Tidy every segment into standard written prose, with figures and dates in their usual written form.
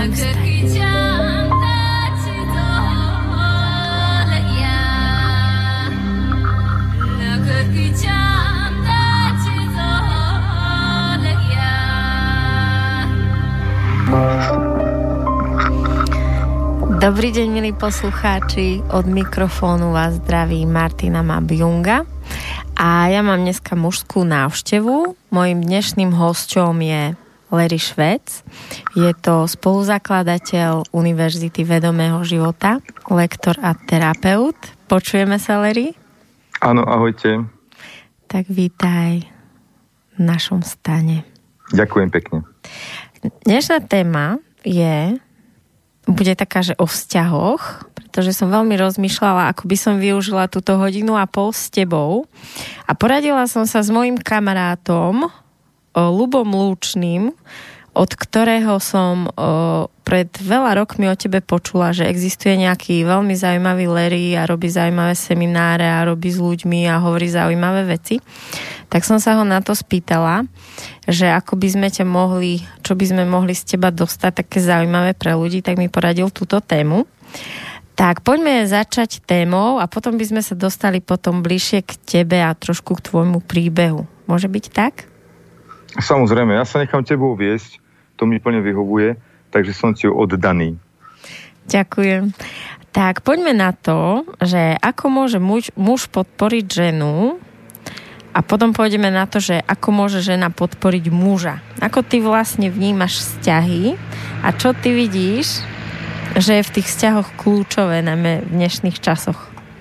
Dobrý deň, milí poslucháči, od mikrofónu vás zdraví Martina Mabjunga a ja mám dneska mužskú návštevu. Mojím dnešným hosťom je Larry Švec. Je to spoluzakladateľ Univerzity vedomého života, lektor a terapeut. Počujeme sa, Larry? Áno, ahojte. Tak vítaj v našom stane. Ďakujem pekne. Dnešná téma bude taká, že o vzťahoch, pretože som veľmi rozmýšľala, ako by som využila túto hodinu a pol s tebou. A poradila som sa s mojím kamarátom Ľubom Lúčným, od ktorého som pred veľa rokmi o tebe počula, že existuje nejaký veľmi zaujímavý Larry a robí zaujímavé semináre a robí s ľuďmi a hovorí zaujímavé veci. Tak som sa ho na to spýtala, že ako by sme čo by sme mohli z teba dostať také zaujímavé pre ľudí, tak mi poradil túto tému. Tak poďme začať témou a potom by sme sa dostali potom bližšie k tebe a trošku k tvojmu príbehu. Môže byť tak? Samozrejme, ja sa nechám tebou viesť, to mi plne vyhovuje, takže som ti oddaný. Ďakujem. Tak poďme na to, že ako môže muž podporiť ženu a potom pôjdeme na to, že ako môže žena podporiť muža. Ako ty vlastne vnímaš vzťahy a čo ty vidíš, že je v tých vzťahoch kľúčové, najmä v dnešných časoch?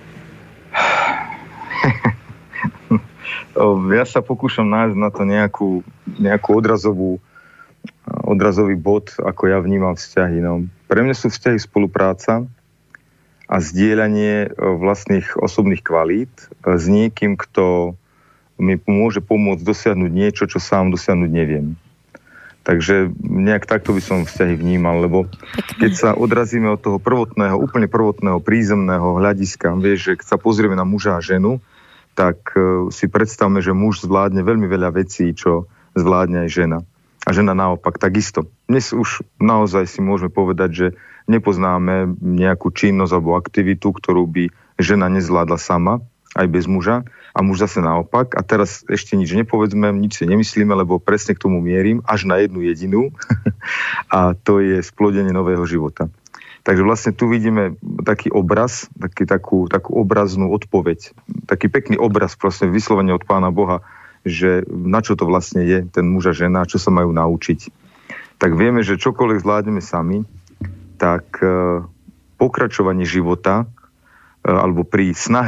Ja sa pokúšam nájsť na to nejakú odrazový bod, ako ja vnímam vzťahy. No, pre mňa sú vzťahy spolupráca a zdieľanie vlastných osobných kvalít s niekým, kto mi môže pomôcť dosiahnuť niečo, čo sám dosiahnuť neviem. Takže nejak takto by som vzťahy vnímal, lebo keď sa odrazíme od toho úplne prvotného, prízemného hľadiska, vieš, že keď sa pozrieme na muža a ženu, tak si predstavme, že muž zvládne veľmi veľa vecí, čo zvládne aj žena. A žena naopak takisto. Dnes už naozaj si môžeme povedať, že nepoznáme nejakú činnosť alebo aktivitu, ktorú by žena nezvládla sama, aj bez muža, a muž zase naopak. A teraz ešte nič nepovedzme, nič si nemyslíme, lebo presne k tomu mierim, až na jednu jedinú, a to je splodenie nového života. Takže vlastne tu vidíme taký obraz, takú obraznú odpoveď, taký pekný obraz, vlastne vyslovene od Pána Boha, že na čo to vlastne je ten muž a žena, čo sa majú naučiť. Tak vieme, že čokoľvek zvládneme sami, tak pokračovanie života, alebo pri snahe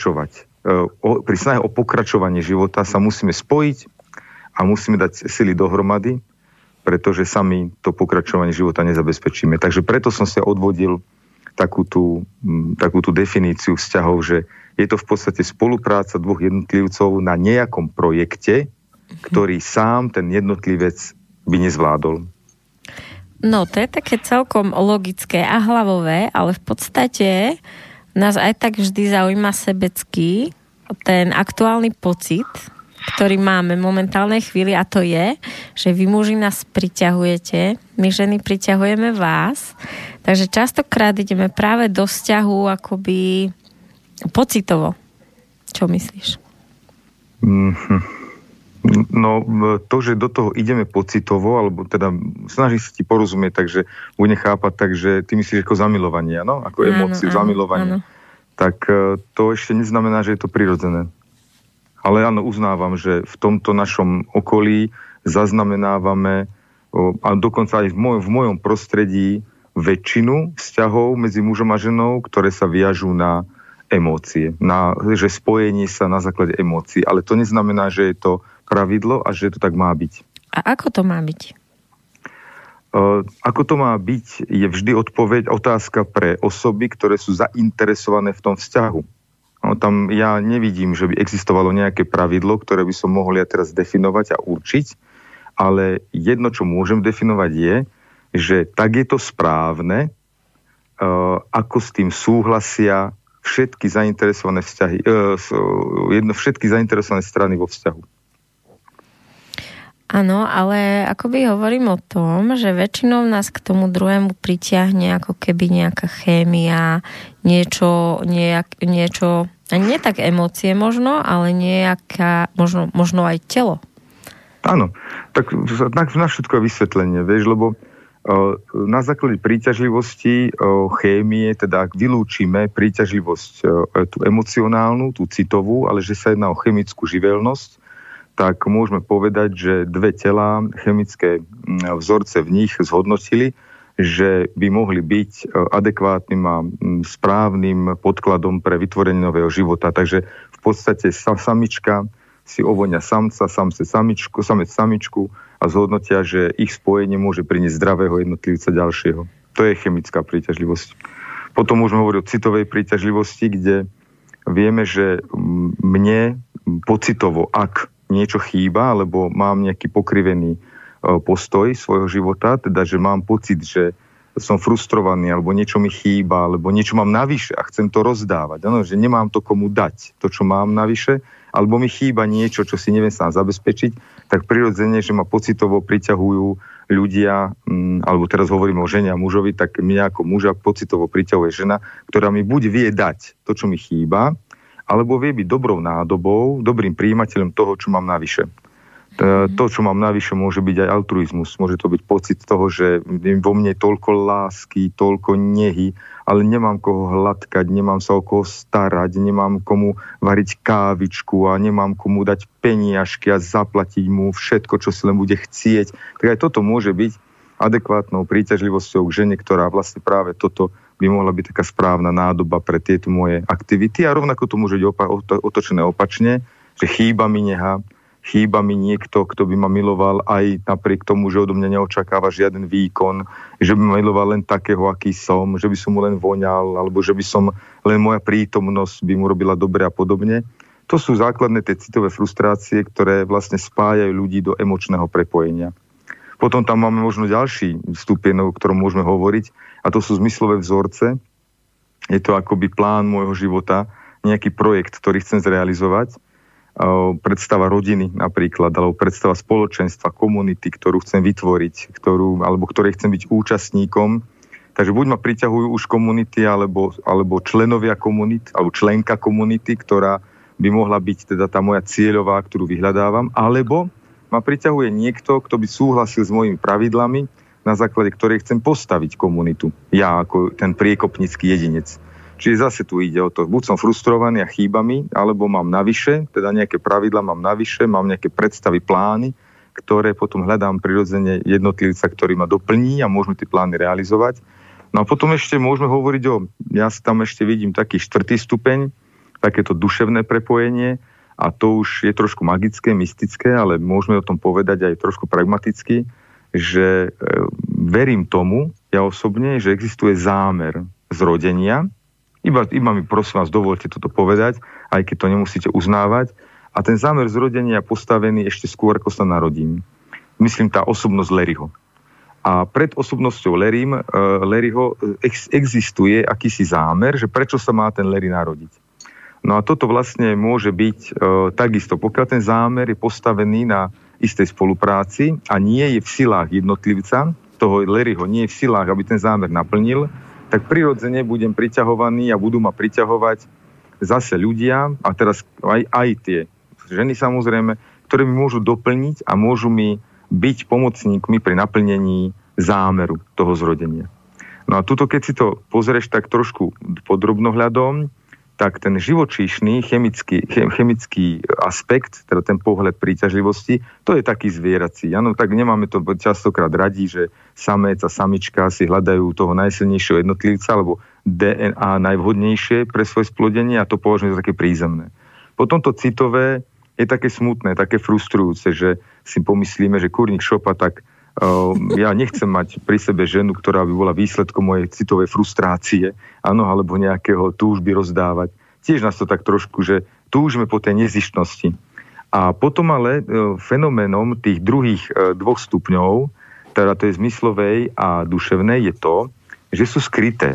o pokračovanie života sa musíme spojiť a musíme dať sily dohromady, pretože sami to pokračovanie života nezabezpečíme. Takže preto som sa odvodil takú tú definíciu vzťahov, že je to v podstate spolupráca dvoch jednotlivcov na nejakom projekte, ktorý sám ten jednotlivec by nezvládol. No, to je také celkom logické a hlavové, ale v podstate nás aj tak vždy zaujíma sebecký ten aktuálny pocit, ktorý máme v momentálnej chvíli, a to je, že vy muži nás priťahujete, my ženy priťahujeme vás, takže častokrát ideme práve do vzťahu akoby pocitovo. Čo myslíš? No, to, že do toho ideme pocitovo, alebo teda snažím sa ti porozumieť, takže budem chápať tak, že ty myslíš ako zamilovanie, no? Ako emóciu, zamilovanie. Áno. Tak to ešte neznamená, že je to prirodzené. Ale áno, uznávam, že v tomto našom okolí zaznamenávame, a dokonca aj v mojom prostredí, väčšinu vzťahov medzi mužom a ženou, ktoré sa viažú na emócie, že spojenie sa na základe emócií. Ale to neznamená, že je to pravidlo a že to tak má byť. A ako to má byť? Ako to má byť, je vždy otázka pre osoby, ktoré sú zainteresované v tom vzťahu. No, tam ja nevidím, že by existovalo nejaké pravidlo, ktoré by som mohol ja teraz definovať a určiť, ale jedno, čo môžem definovať je, že tak je to správne, ako s tým súhlasia všetky zainteresované všetky zainteresované strany vo vzťahu. Áno, ale akoby hovorím o tom, že väčšinou nás k tomu druhému pritiahne ako keby nejaká chémia, niečo, a nie tak emócie možno, ale nejaká, možno aj telo. Áno, tak na všetko je vysvetlenie, vieš, lebo na základe príťažlivosti chémie, teda ak vylúčime príťažlivosť tú emocionálnu, tú citovú, ale že sa jedná o chemickú živelnosť, tak môžeme povedať, že dve telá, chemické vzorce v nich zhodnotili, že by mohli byť adekvátnym a správnym podkladom pre vytvorenie nového života. Takže v podstate samička si ovoňa samca, samec samičku a zhodnotia, že ich spojenie môže priniesť zdravého jednotlivca ďalšieho. To je chemická príťažlivosť. Potom môžeme hovoriť o citovej príťažlivosti, kde vieme, že mne pocitovo, ak niečo chýba, alebo mám nejaký pokrivený postoj svojho života, teda, že mám pocit, že som frustrovaný, alebo niečo mi chýba, alebo niečo mám navyše a chcem to rozdávať. Ano, že nemám to komu dať, to, čo mám navyše, alebo mi chýba niečo, čo si neviem sám zabezpečiť, tak prirodzene, že ma pocitovo priťahujú ľudia, alebo teraz hovorím o žene a mužovi, tak mňa ako muža pocitovo priťahuje žena, ktorá mi buď vie dať to, čo mi chýba, alebo vie byť dobrou nádobou, dobrým prijímateľom toho, čo mám navyše. To, čo mám navyše, môže byť aj altruizmus. Môže to byť pocit toho, že vo mne je toľko lásky, toľko nehy, ale nemám koho hladkať, nemám sa o koho starať, nemám komu variť kávičku a nemám komu dať peniažky a zaplatiť mu všetko, čo si len bude chcieť. Tak aj toto môže byť adekvátnou príťažlivosťou k žene, ktorá vlastne práve toto by mohla byť taká správna nádoba pre tieto moje aktivity. A rovnako to môže byť otočené opačne, že chýba mi neha, chýba mi niekto, kto by ma miloval aj napriek tomu, že odo mňa neočakáva žiaden výkon, že by ma miloval len takého, aký som, že by som mu len voňal, alebo že by som len moja prítomnosť by mu robila dobre a podobne. To sú základné tie citové frustrácie, ktoré vlastne spájajú ľudí do emočného prepojenia. Potom tam máme možno ďalší stupeň, o ktorom môžeme hovoriť, a to sú zmyslové vzorce. Je to akoby plán môjho života, nejaký projekt, ktorý chcem zrealizovať. Predstava rodiny napríklad, alebo predstava spoločenstva, komunity, ktorú chcem vytvoriť, alebo ktorej chcem byť účastníkom. Takže buď ma priťahujú už komunity, alebo členovia komunít, alebo členka komunity, ktorá by mohla byť teda tá moja cieľová, ktorú vyhľadávam, alebo ma priťahuje niekto, kto by súhlasil s mojimi pravidlami, na základe ktorej chcem postaviť komunitu. Ja ako ten priekopnický jedinec. Čiže zase tu ide o to, buď som frustrovaný a chýba mi, alebo mám navyše, teda nejaké pravidlá mám navyše, mám nejaké predstavy, plány, ktoré potom hľadám prirodzene jednotlivca, ktorý ma doplní a môžeme tie plány realizovať. No a potom ešte môžeme hovoriť ja tam ešte vidím taký 4. stupeň, takéto duševné prepojenie, a to už je trošku magické, mystické, ale môžeme o tom povedať aj trošku pragmaticky, že verím tomu, ja osobne, že existuje zámer zrodenia. Iba mi prosím vás, dovolte toto povedať, aj keď to nemusíte uznávať. A ten zámer zrodenia je postavený ešte skôr, ako sa narodím. Myslím, tá osobnosť Larryho. A pred osobnosťou Larryho existuje akýsi zámer, že prečo sa má ten Larry narodiť. No a toto vlastne môže byť takisto, pokiaľ ten zámer je postavený na istej spolupráci a nie je v silách jednotlivca, toho Larryho nie je v silách, aby ten zámer naplnil, tak prirodzene budem priťahovaný a budú ma priťahovať zase ľudia, a teraz aj tie ženy samozrejme, ktoré mi môžu doplniť a môžu mi byť pomocníkmi pri naplnení zámeru toho zrodenia. No a tuto, keď si to pozrieš tak trošku podrobnohľadom, tak ten živočíšny, chemický aspekt, teda ten pohľad príťažlivosti, to je taký zvierací. Áno, tak nemáme to častokrát radí, že samec a samička si hľadajú toho najsilnejšieho jednotlivca, alebo DNA najvhodnejšie pre svoje splodenie, a to považujem za také prízemné. Potom to citové je také smutné, také frustrujúce, že si pomyslíme, že kurník šopa, tak ja nechcem mať pri sebe ženu, ktorá by bola výsledkom mojej citovej frustrácie, áno, alebo nejakého túžby rozdávať. Tiež nás to tak trošku, že túžime po tej nezištnosti. A potom ale fenoménom tých druhých 2 stupňov, teda to je zmyslovej a duševnej, je to, že sú skryté.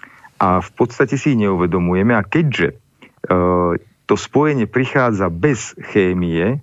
A v podstate si ich neuvedomujeme. A keďže to spojenie prichádza bez chémie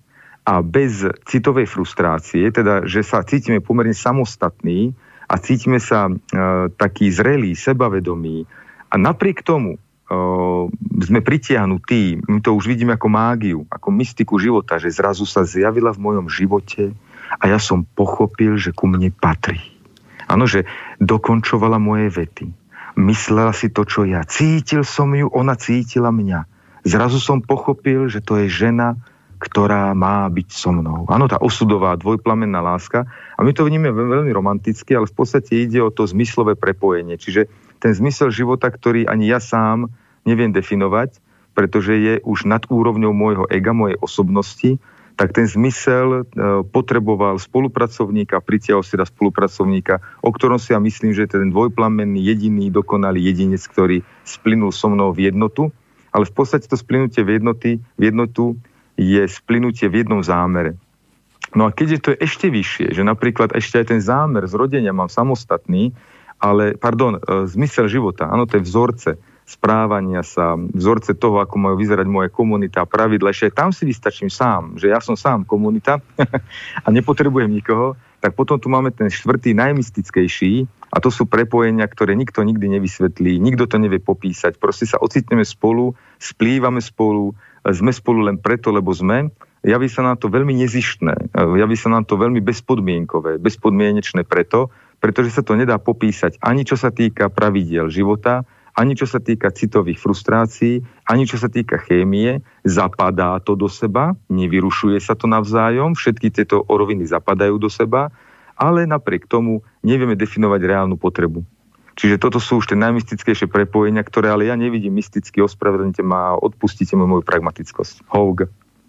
a bez citovej frustrácie, teda, že sa cítime pomerne samostatní a cítime sa takí zrelí, sebavedomí a napriek tomu sme pritiahnutí, my to už vidíme ako mágiu, ako mystiku života, že zrazu sa zjavila v mojom živote a ja som pochopil, že ku mne patrí. Áno, že dokončovala moje vety. Myslela si to, čo ja. Cítil som ju, ona cítila mňa. Zrazu som pochopil, že to je žena, ktorá má byť so mnou. Áno, tá osudová dvojplamenná láska. A my to vidíme veľmi romanticky, ale v podstate ide o to zmyslové prepojenie. Čiže ten zmysel života, ktorý ani ja sám neviem definovať, pretože je už nad úrovňou môjho ega, mojej osobnosti, tak ten zmysel potreboval spolupracovníka, pritiahol si teda spolupracovníka, o ktorom si ja myslím, že je ten dvojplamenný, jediný, dokonalý jedinec, ktorý splynul so mnou v jednotu. Ale v podstate to splynutie v jednotu je splynutie v jednom zámere. No a keďže to je ešte vyššie, že napríklad ešte aj ten zámer z rodenia mám samostatný, zmysel života, áno, to je vzorce správania sa, vzorce toho, ako majú vyzerať moje komunita, pravidla, ešte tam si vystačím sám, že ja som sám komunita a nepotrebujem nikoho, tak potom tu máme ten štvrtý, najmystickejší a to sú prepojenia, ktoré nikto nikdy nevysvetlí, nikto to nevie popísať, proste sa ocitneme spolu, splývame spolu, sme spolu len preto, lebo sme. Javí sa nám to veľmi nezištné, javí sa nám to veľmi bezpodmienkové, bezpodmienečné pretože sa to nedá popísať ani čo sa týka pravidiel života, ani čo sa týka citových frustrácií, ani čo sa týka chémie. Zapadá to do seba, nevyrušuje sa to navzájom, všetky tieto roviny zapadajú do seba, ale napriek tomu nevieme definovať reálnu potrebu. Čiže toto sú už tie najmystickejšie prepojenia, ktoré ale ja nevidím mysticky, ospravedlňte ma a odpustite mi moju pragmatickosť. Houg.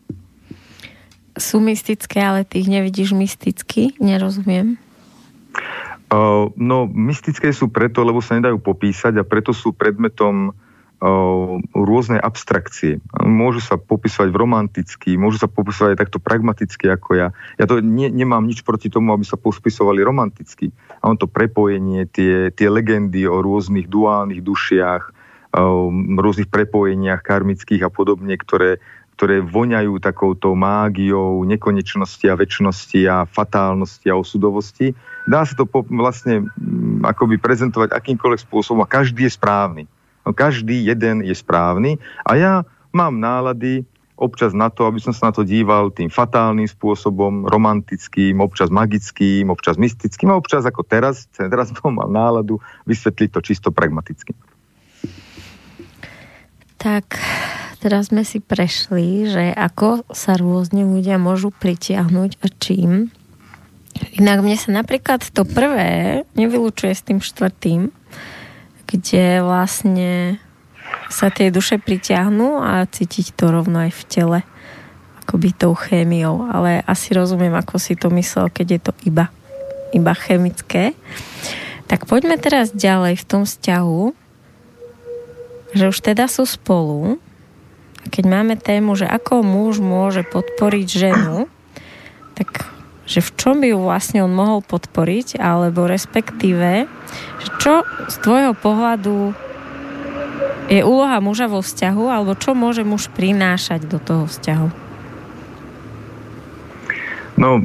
Sú mystické, ale ty ich nevidíš mysticky? Nerozumiem. No, mystické sú preto, lebo sa nedajú popísať a preto sú predmetom rôznej abstrakcie. Môžu sa popisovať romanticky, môžu sa popisovať aj takto pragmaticky ako ja. Ja to nemám nič proti tomu, aby sa popisovali romanticky. A on to prepojenie, tie legendy o rôznych duálnych dušiach, rôznych prepojeniach karmických a podobne, ktoré voňajú takouto mágiou nekonečnosti a večnosti a fatálnosti a osudovosti. Dá sa to vlastne akoby prezentovať akýmkoľvek spôsobom a každý je správny. No, každý jeden je správny a ja mám nálady občas na to, aby som sa na to díval tým fatálnym spôsobom, romantickým, občas magickým, občas mystickým a občas ako teraz mám náladu vysvetliť to čisto pragmaticky. Tak, teraz sme si prešli, že ako sa rôzne ľudia môžu pritiahnuť a čím. Inak mne sa napríklad to prvé nevylučuje s tým štvrtým, kde vlastne sa tie duše pritiahnú a cítiť to rovno aj v tele, akoby tou chémiou. Ale asi rozumiem, ako si to myslel, keď je to iba chemické. Tak poďme teraz ďalej v tom vzťahu, že už teda sú spolu. A keď máme tému, že ako muž môže podporiť ženu, tak že v čom by ju vlastne on mohol podporiť, alebo respektíve, že čo z tvojho pohľadu je úloha muža vo vzťahu, alebo čo môže muž prinášať do toho vzťahu? No,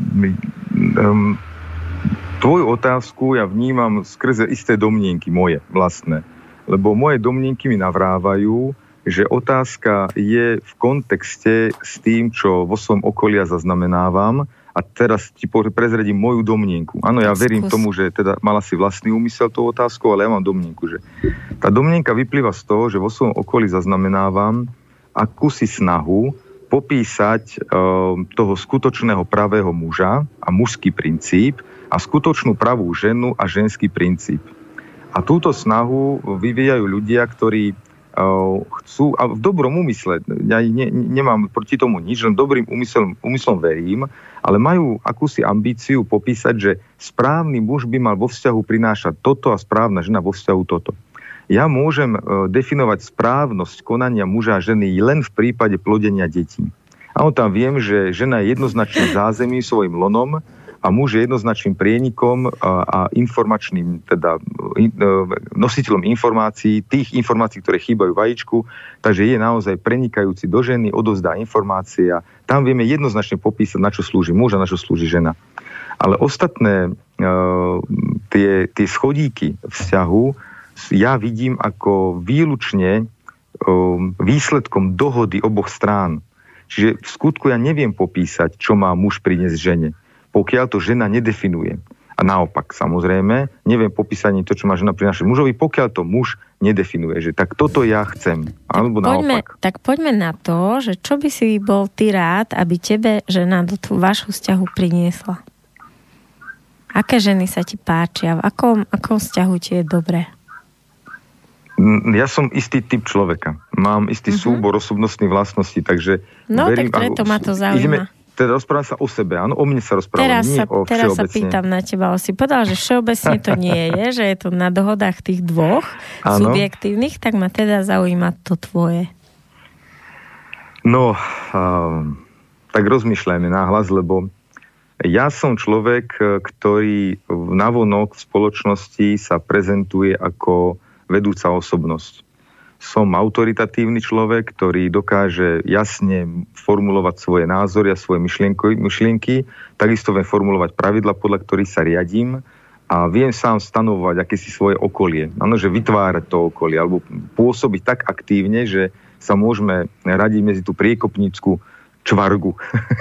tvoju otázku ja vnímam skrze isté domnienky moje vlastné. Lebo moje domnienky mi navrávajú, že otázka je v kontexte s tým, čo vo svojom okolí ja zaznamenávam. A teraz ti prezradím moju domnienku. Áno, ja verím tomu, že teda mala si vlastný úmysel tú otázku, ale ja mám domnienku, že tá domnienka vyplýva z toho, že vo svojom okolí zaznamenávam akúsi snahu popísať toho skutočného pravého muža a mužský princíp a skutočnú pravú ženu a ženský princíp. A túto snahu vyvíjajú ľudia, ktorí chcú, a v dobrom úmysle, ja nemám proti tomu nič, len dobrým úmyslom verím, ale majú akúsi ambíciu popísať, že správny muž by mal vo vzťahu prinášať toto a správna žena vo vzťahu toto. Ja môžem definovať správnosť konania muža a ženy len v prípade plodenia detí. A tam viem, že žena je jednoznačne zázemím svojim lonom a muž je jednoznačným prienikom a informačným, teda nositeľom informácií, tých informácií, ktoré chýbajú vajíčku, takže je naozaj prenikajúci do ženy, odovzdá informácie a tam vieme jednoznačne popísať, na čo slúži muž a na čo slúži žena. Ale ostatné tie schodíky vzťahu ja vidím ako výlučne výsledkom dohody oboch strán. Čiže v skutku ja neviem popísať, čo má muž priniesť žene, pokiaľ to žena nedefinuje. A naopak, samozrejme, neviem popísať ani to, čo má žena prinášať mužovi, pokiaľ to muž nedefinuje, že tak toto ja chcem. Alebo naopak. Tak poďme na to, že čo by si bol ty rád, aby tebe žena do vášho vzťahu priniesla? Aké ženy sa ti páčia? V akom vzťahu ti je dobré? Ja som istý typ človeka. Mám istý súbor osobnostných vlastností, takže verím... tak preto ma to zaujíma. Teda rozprávam sa o sebe, áno, o mne sa rozprávam, nie o všeobecne. Teraz sa pýtam na teba, si povedal, že všeobecne to nie je, že je to na dohodách tých dvoch subjektívnych, tak ma teda zaujíma to tvoje. No, tak rozmýšľajme náhlas, lebo ja som človek, ktorý navonok v spoločnosti sa prezentuje ako vedúca osobnosť. Som autoritatívny človek, ktorý dokáže jasne formulovať svoje názory a svoje myšlienky, takisto viem formulovať pravidla, podľa ktorých sa riadím a viem sám stanovovať akési svoje okolie. Áno, že vytvárať to okolie alebo pôsobiť tak aktívne, že sa môžeme radiť medzi tú priekopnícku čvargu.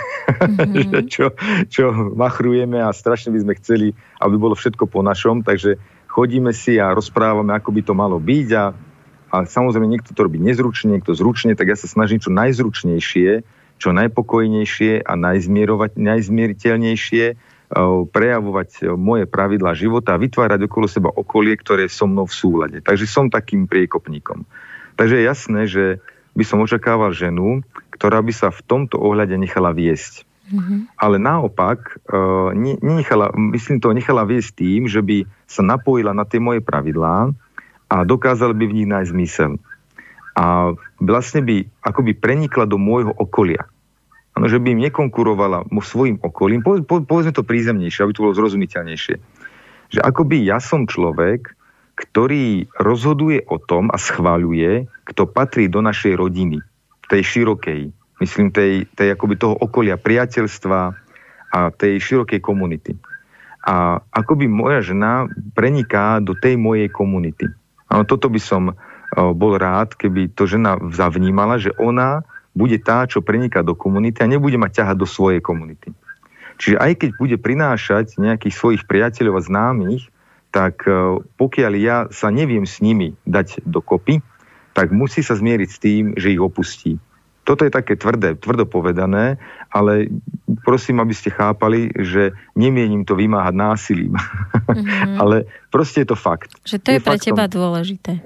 čo machrujeme a strašne by sme chceli, aby bolo všetko po našom, takže chodíme si a rozprávame, ako by to malo byť a samozrejme niekto to robí nezručne, niekto zručne, tak ja sa snažím čo najzručnejšie, čo najpokojnejšie a najzmieriteľnejšie prejavovať moje pravidlá života a vytvárať okolo seba okolie, ktoré je so mnou v súlade. Takže som takým priekopníkom. Takže je jasné, že by som očakával ženu, ktorá by sa v tomto ohľade nechala viesť. Ale naopak, nechala viesť tým, že by sa napojila na tie moje pravidlá a dokázala by v nich nájsť zmysel. A vlastne by akoby prenikla do môjho okolia. Ano, že by im nekonkurovala svojim okolím, povedzme to prízemnejšie, aby to bolo zrozumiteľnejšie. Že akoby ja som človek, ktorý rozhoduje o tom a schvaľuje, kto patrí do našej rodiny, tej širokej, myslím tej akoby toho okolia priateľstva a tej širokej komunity. A akoby moja žena preniká do tej mojej komunity. Áno, toto by som bol rád, keby to žena zavnímala, že ona bude tá, čo preniká do komunity a nebude ma ťahať do svojej komunity. Čiže aj keď bude prinášať nejakých svojich priateľov a známych, tak pokiaľ ja sa neviem s nimi dať dokopy, tak musí sa zmieriť s tým, že ich opustí. Toto je také tvrdo povedané, ale prosím, aby ste chápali, že nemienim to vymáhať násilím. Ale proste je to fakt. Že to je pre teba dôležité.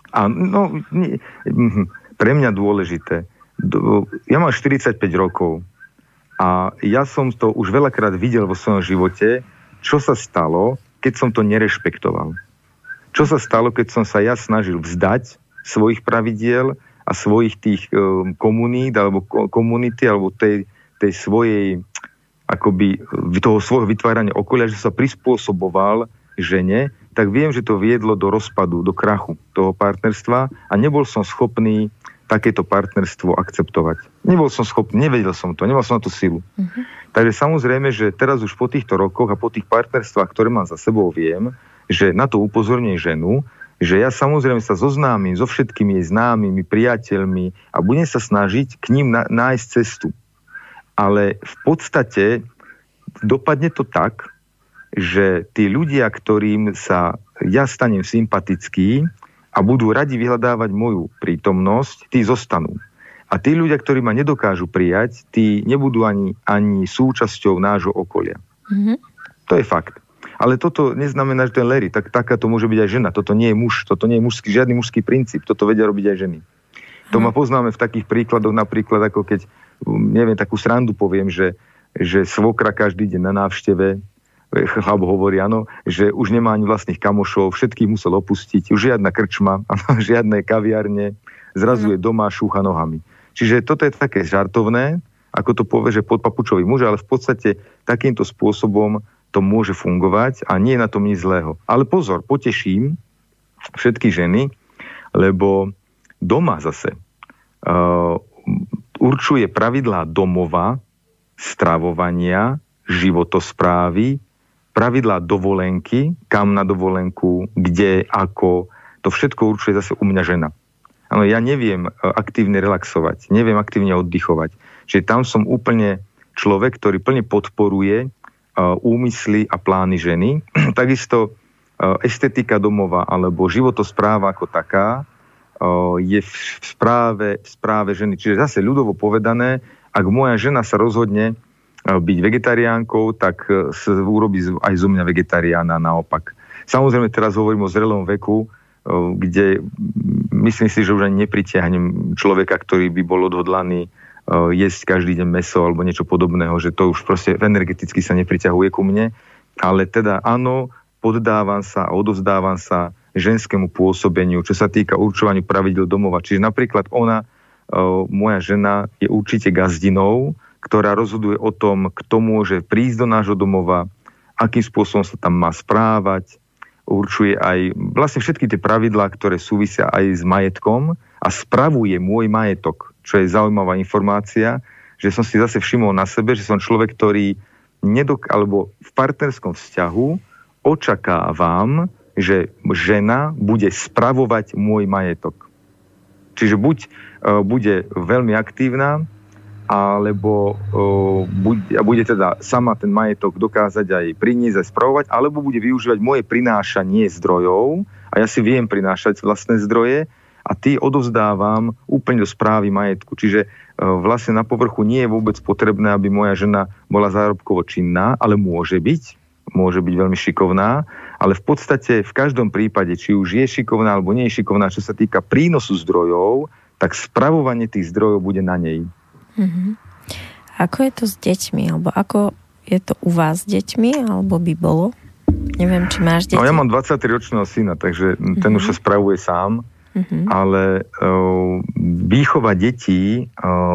Pre mňa dôležité. Ja mám 45 rokov a ja som to už veľakrát videl vo svojom živote, čo sa stalo, keď som to nerešpektoval. Čo sa stalo, keď som sa ja snažil vzdať svojich pravidiel a svojich tých komunít alebo komunity alebo tej svojej akoby toho svojho vytvárania okolia, že sa prispôsoboval žene, tak viem, že to viedlo do rozpadu, do krachu toho partnerstva a nebol som schopný takéto partnerstvo akceptovať. Nevedel som to, nemal som na tú silu. Takže samozrejme, že teraz už po týchto rokoch a po tých partnerstvách, ktoré mám za sebou, viem, že na to upozorňujem ženu, že ja samozrejme sa zoznámim so všetkými jej známymi, priateľmi a budem sa snažiť k ním nájsť cestu. Ale v podstate dopadne to tak, že tí ľudia, ktorým sa ja stanem sympatický a budú radi vyhľadávať moju prítomnosť, tí zostanú. A tí ľudia, ktorí ma nedokážu prijať, tí nebudú ani súčasťou nášho okolia. To je fakt. Ale toto neznamená, že ten Larry, taká to môže byť aj žena. Toto nie je muž, toto nie je žiadny mužský princíp. Toto vedia robiť aj ženy. To ma poznáme v takých príkladoch, napríklad ako keď, neviem, takú srandu poviem, že svokra každý deň na návšteve, chlap hovorí, áno, že už nemá ani vlastných kamošov, všetkých musel opustiť, už žiadna krčma, žiadne kaviarne, zrazu je doma, šúcha nohami. Čiže toto je také žartovné, ako to povie, že podpapučový muž, ale v podstate takýmto spôsobom to môže fungovať a nie je na tom nič zlého. Ale pozor, poteším všetky ženy, lebo doma zase určuje pravidlá domova, stravovania, životosprávy, pravidlá dovolenky, kam na dovolenku, kde, ako, to všetko určuje zase u mňa žena. Áno, ja neviem aktívne relaxovať, neviem aktívne oddychovať. Čiže tam som úplne človek, ktorý plne podporuje úmysly a plány ženy. Takisto estetika domova alebo životospráva ako taká je v správe ženy. Čiže zase ľudovo povedané, ak moja žena sa rozhodne byť vegetariánkou, tak urobí aj zo mňa vegetariána naopak. Samozrejme teraz hovorím o zrelom veku, kde myslím si, že už ani nepritiahnem človeka, ktorý by bol odhodlaný jesť každý deň mäso alebo niečo podobného, že to už proste energeticky sa nepriťahuje ku mne. Ale teda áno, poddávam sa a odovzdávam sa ženskému pôsobeniu, čo sa týka určovania pravidel domova. Čiže napríklad ona, moja žena, je určite gazdinou, ktorá rozhoduje o tom, kto môže prísť do nášho domova, akým spôsobom sa tam má správať, určuje aj vlastne všetky tie pravidlá, ktoré súvisia aj s majetkom a spravuje môj majetok, čo je zaujímavá informácia, že som si zase všimol na sebe, že som človek, ktorý alebo v partnerskom vzťahu očakávam, že žena bude spravovať môj majetok. Čiže buď bude veľmi aktívna, alebo bude teda sama ten majetok dokázať aj priniesť, aj spravovať, alebo bude využívať moje prinášanie zdrojov a ja si viem prinášať vlastné zdroje a ty odovzdávam úplne do správy majetku. Čiže vlastne na povrchu nie je vôbec potrebné, aby moja žena bola zárobkovo činná, ale môže byť veľmi šikovná, ale v podstate v každom prípade, či už je šikovná alebo nie je šikovná, čo sa týka prínosu zdrojov, tak spravovanie tých zdrojov bude na nej. Mm-hmm. Ako je to s deťmi? Alebo ako je to u vás s deťmi? Alebo by bolo? Neviem, či máš deti. No ja mám 23-ročného syna, takže ten už sa spravuje sám. Ale výchova detí,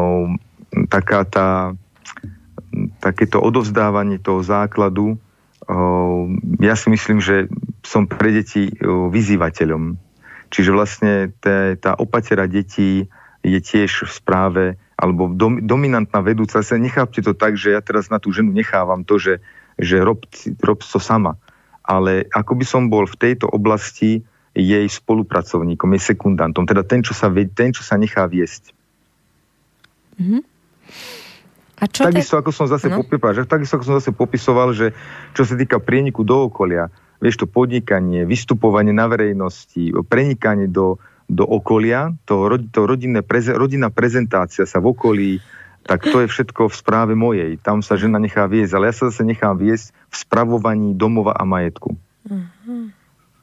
takéto odovzdávanie toho základu, ja si myslím, že som pre deti vyzývateľom. Čiže vlastne tá opatera detí je tiež v správe alebo dominantná vedúca. Sa nechápte to tak, že ja teraz na tú ženu nechávam to, že rob to sama. Ale ako by som bol v tejto oblasti jej spolupracovníkom, jej sekundantom. Teda ten, čo sa nechá viesť. Mm-hmm. A čo takisto, ako som zase popisoval, že čo sa týka prieniku do okolia, vieš, to podnikanie, vystupovanie na verejnosti, prenikanie do okolia, rodinná prezentácia sa v okolí, tak to je všetko v správe mojej. Tam sa žena nechá viesť, ale ja sa zase nechám viesť v spravovaní domova a majetku. Uh-huh.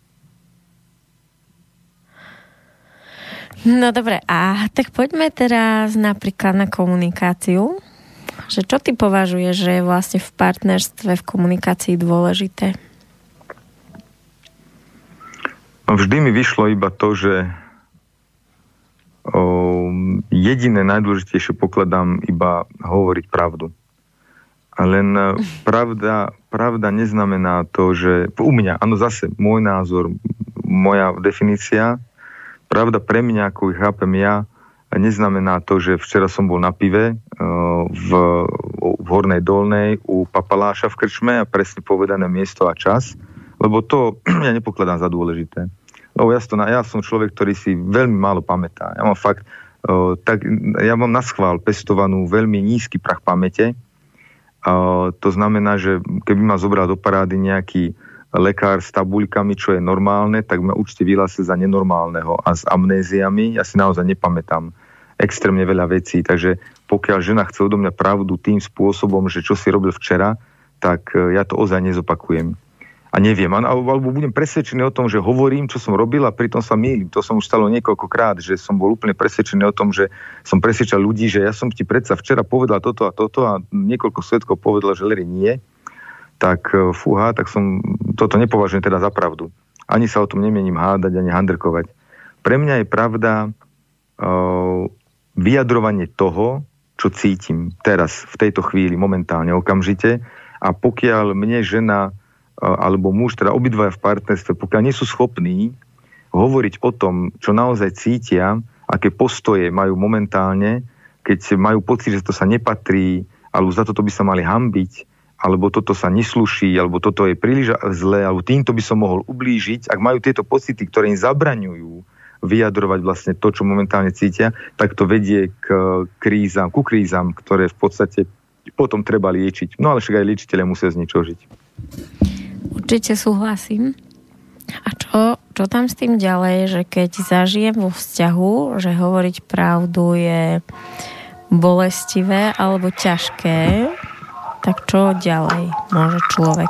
No dobre, a tak poďme teraz napríklad na komunikáciu. Že čo ty považuješ, že je vlastne v partnerstve, v komunikácii dôležité? Vždy mi vyšlo iba to, že jediné najdôležitejšie pokladám iba hovoriť pravdu. A len pravda neznamená to, že u mňa, áno zase môj názor, moja definícia, pravda pre mňa, ako ich chápem ja, neznamená to, že včera som bol na pive v Hornej Dolnej u papaláša v krčme a presne povedané miesto a čas, lebo to ja nepokladám za dôležité. Lebo ja som človek, ktorý si veľmi málo pamätá. Ja mám fakt, ja mám naschvál pestovanú veľmi nízky prach pamäte. To znamená, že keby ma zobral do parády nejaký lekár s tabuľkami, čo je normálne, tak ma určite vyhlásil za nenormálneho. A s amnéziami ja si naozaj nepamätám extrémne veľa vecí. Takže pokiaľ žena chce odo mňa pravdu tým spôsobom, že čo si robil včera, tak ja to ozaj nezopakujem. A neviem, alebo budem presvedčený o tom, že hovorím, čo som robil a pritom sa mýlim. To som už stalo niekoľkokrát, že som bol úplne presvedčený o tom, že som presvedčal ľudí, že ja som ti predsa včera povedal toto a toto a niekoľko svedkov povedalo, že Larry nie. Tak fúha, tak som toto nepovažujem teda za pravdu. Ani sa o tom nemienim hádať, ani handrkovať. Pre mňa je pravda vyjadrovanie toho, čo cítim teraz, v tejto chvíli, momentálne, okamžite. A pokiaľ mne žena alebo muž, teda obidvaja v partnerstve, pokiaľ nie sú schopní hovoriť o tom, čo naozaj cítia, aké postoje majú momentálne, keď majú pocit, že to sa nepatrí, alebo za toto by sa mali hanbiť, alebo toto sa nesluší, alebo toto je príliš zlé, alebo týmto by som mohol ublížiť. Ak majú tieto pocity, ktoré im zabraňujú vyjadrovať vlastne to, čo momentálne cítia, tak to vedie ku krízam, ktoré v podstate potom treba liečiť. No ale však aj liečiteľe musia z niečoho žiť. Určite súhlasím. A čo tam s tým ďalej, že keď zažijem vo vzťahu, že hovoriť pravdu je bolestivé alebo ťažké, tak čo ďalej môže človek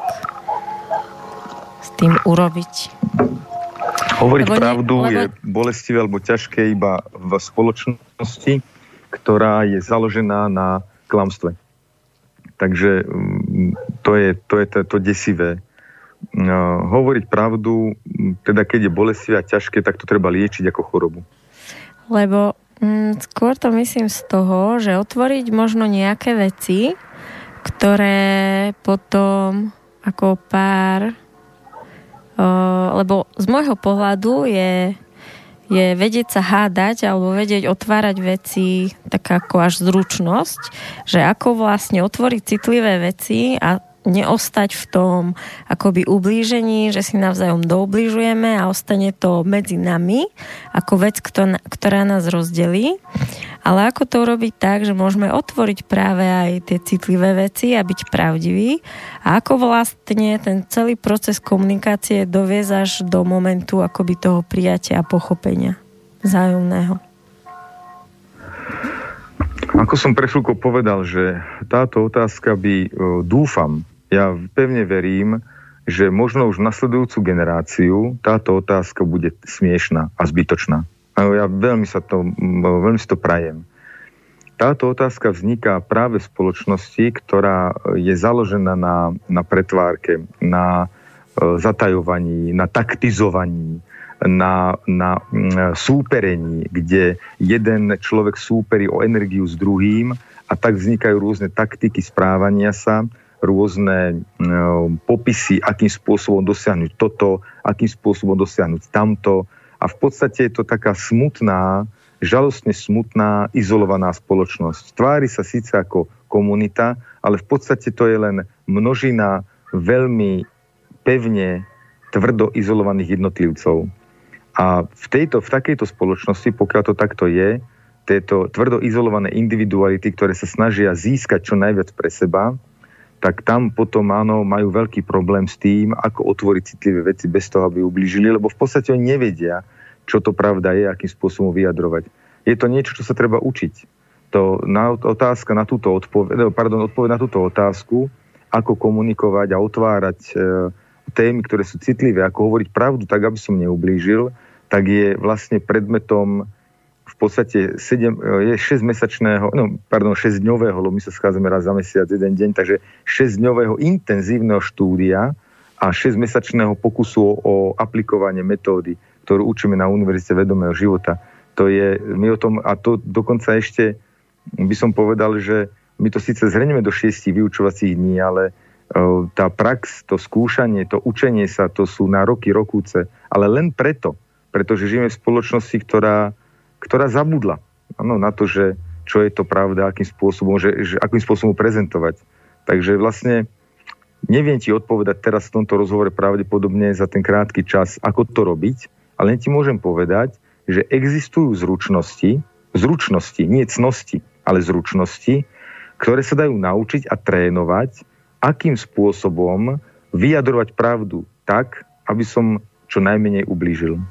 s tým urobiť? Hovoriť pravdu je bolestivé alebo ťažké iba v spoločnosti, ktorá je založená na klamstve. Takže to je to desivé. Hovoriť pravdu, teda keď je bolestivé a ťažké, tak to treba liečiť ako chorobu. Lebo skôr to myslím z toho, že otvoriť možno nejaké veci, ktoré potom ako pár, lebo z môjho pohľadu je vedieť sa hádať alebo vedieť otvárať veci tak ako až zručnosť, že ako vlastne otvoriť citlivé veci a neostať v tom akoby ublížení, že si navzájom doubližujeme a ostane to medzi nami ako vec, ktorá nás rozdelí. Ale ako to urobiť tak, že môžeme otvoriť práve aj tie citlivé veci a byť pravdiví a ako vlastne ten celý proces komunikácie doviesť až do momentu akoby toho prijatia a pochopenia vzájomného. Ako som pre chvíľku povedal, že táto otázka by, dúfam, ja pevne verím, že možno už v nasledujúcu generáciu táto otázka bude smiešná a zbytočná. A ja veľmi si to prajem. Táto otázka vzniká práve v spoločnosti, ktorá je založená na pretvárke, na zatajovaní, na taktizovaní, na súperení, kde jeden človek súperí o energiu s druhým a tak vznikajú rôzne taktiky správania sa, rôzne popisy, akým spôsobom dosiahnuť toto, akým spôsobom dosiahnuť tamto. A v podstate je to taká smutná, žalostne smutná, izolovaná spoločnosť. Tvári sa síce ako komunita, ale v podstate to je len množina veľmi pevne, tvrdo izolovaných jednotlivcov. A v takejto spoločnosti, pokiaľ to takto je, tieto tvrdo izolované individuality, ktoré sa snažia získať čo najviac pre seba, tak tam potom áno, majú veľký problém s tým, ako otvoriť citlivé veci bez toho, aby ublížili, lebo v podstate oni nevedia, čo to pravda je, akým spôsobom vyjadrovať. Je to niečo, čo sa treba učiť. Odpoveď na túto otázku, ako komunikovať a otvárať témy, ktoré sú citlivé, ako hovoriť pravdu tak, aby som neublížil, tak je vlastne predmetom v podstate 6-dňového, lebo my sa schádzame raz za mesiac, jeden deň, takže 6-dňového intenzívneho štúdia a 6-mesačného pokusu o aplikovanie metódy, ktorú učíme na Univerzite vedomého života. To je, my o tom, a to dokonca ešte by som povedal, že my to síce zhrnieme do 6 vyučovacích dní, ale tá prax, to skúšanie, to učenie sa, to sú na roky, rokúce, ale len pretože žijeme v spoločnosti, ktorá zabudla na to, že čo je to pravda, akým spôsobom prezentovať. Takže vlastne neviem ti odpovedať teraz v tomto rozhovore pravdepodobne za ten krátky čas, ako to robiť, ale ti môžem povedať, že existujú zručnosti, nie cnosti, ale zručnosti, ktoré sa dajú naučiť a trénovať, akým spôsobom vyjadrovať pravdu tak, aby som čo najmenej ublížil.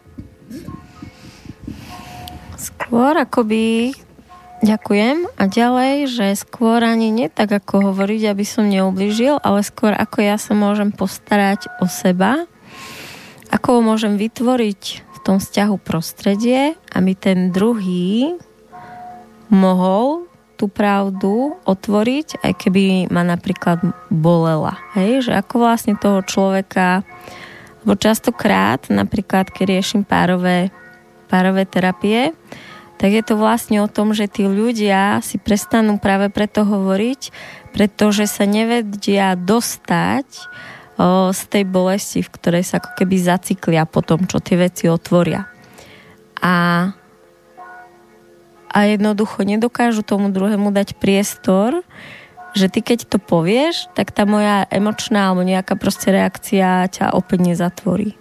Skôr akoby ďakujem a ďalej, že skôr ani nie tak ako hovoriť, aby som neublížil, ale skôr ako ja sa môžem postarať o seba, ako môžem vytvoriť v tom vzťahu prostredie, aby ten druhý mohol tú pravdu otvoriť, aj keby ma napríklad bolela. Hej? Že ako vlastne toho človeka, lebo častokrát, napríklad keď riešim párové terapie, tak je to vlastne o tom, že tí ľudia si prestanú práve preto hovoriť, pretože sa nevedia dostať z tej bolesti, v ktorej sa ako keby zacyklia po tom, čo tie veci otvoria. A jednoducho nedokážu tomu druhému dať priestor, že ty keď to povieš, tak tá moja emočná alebo nejaká proste reakcia ťa opäť nezatvorí.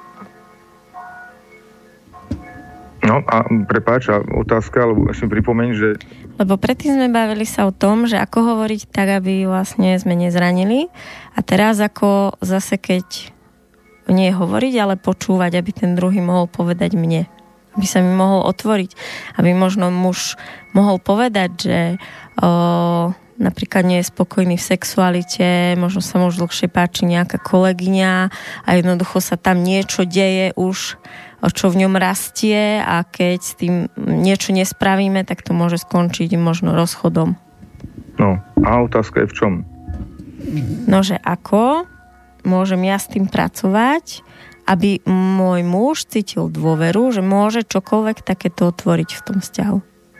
No a prepáč, otázka, alebo ešte pripomeň, že... Lebo predtým sme bavili sa o tom, že ako hovoriť tak, aby vlastne sme nezranili. A teraz ako zase keď nie hovoriť, ale počúvať, aby ten druhý mohol povedať mne. Aby sa mi mohol otvoriť. Aby možno muž mohol povedať, že napríklad nie je spokojný v sexualite, možno sa mu už dlhšie páči nejaká kolegyňa a jednoducho sa tam niečo deje už, čo v ňom rastie a keď s tým niečo nespravíme, tak to môže skončiť možno rozchodom. No, a otázka je v čom? No, že ako môžem ja s tým pracovať, aby môj muž cítil dôveru, že môže čokoľvek takéto otvoriť v tom vzťahu.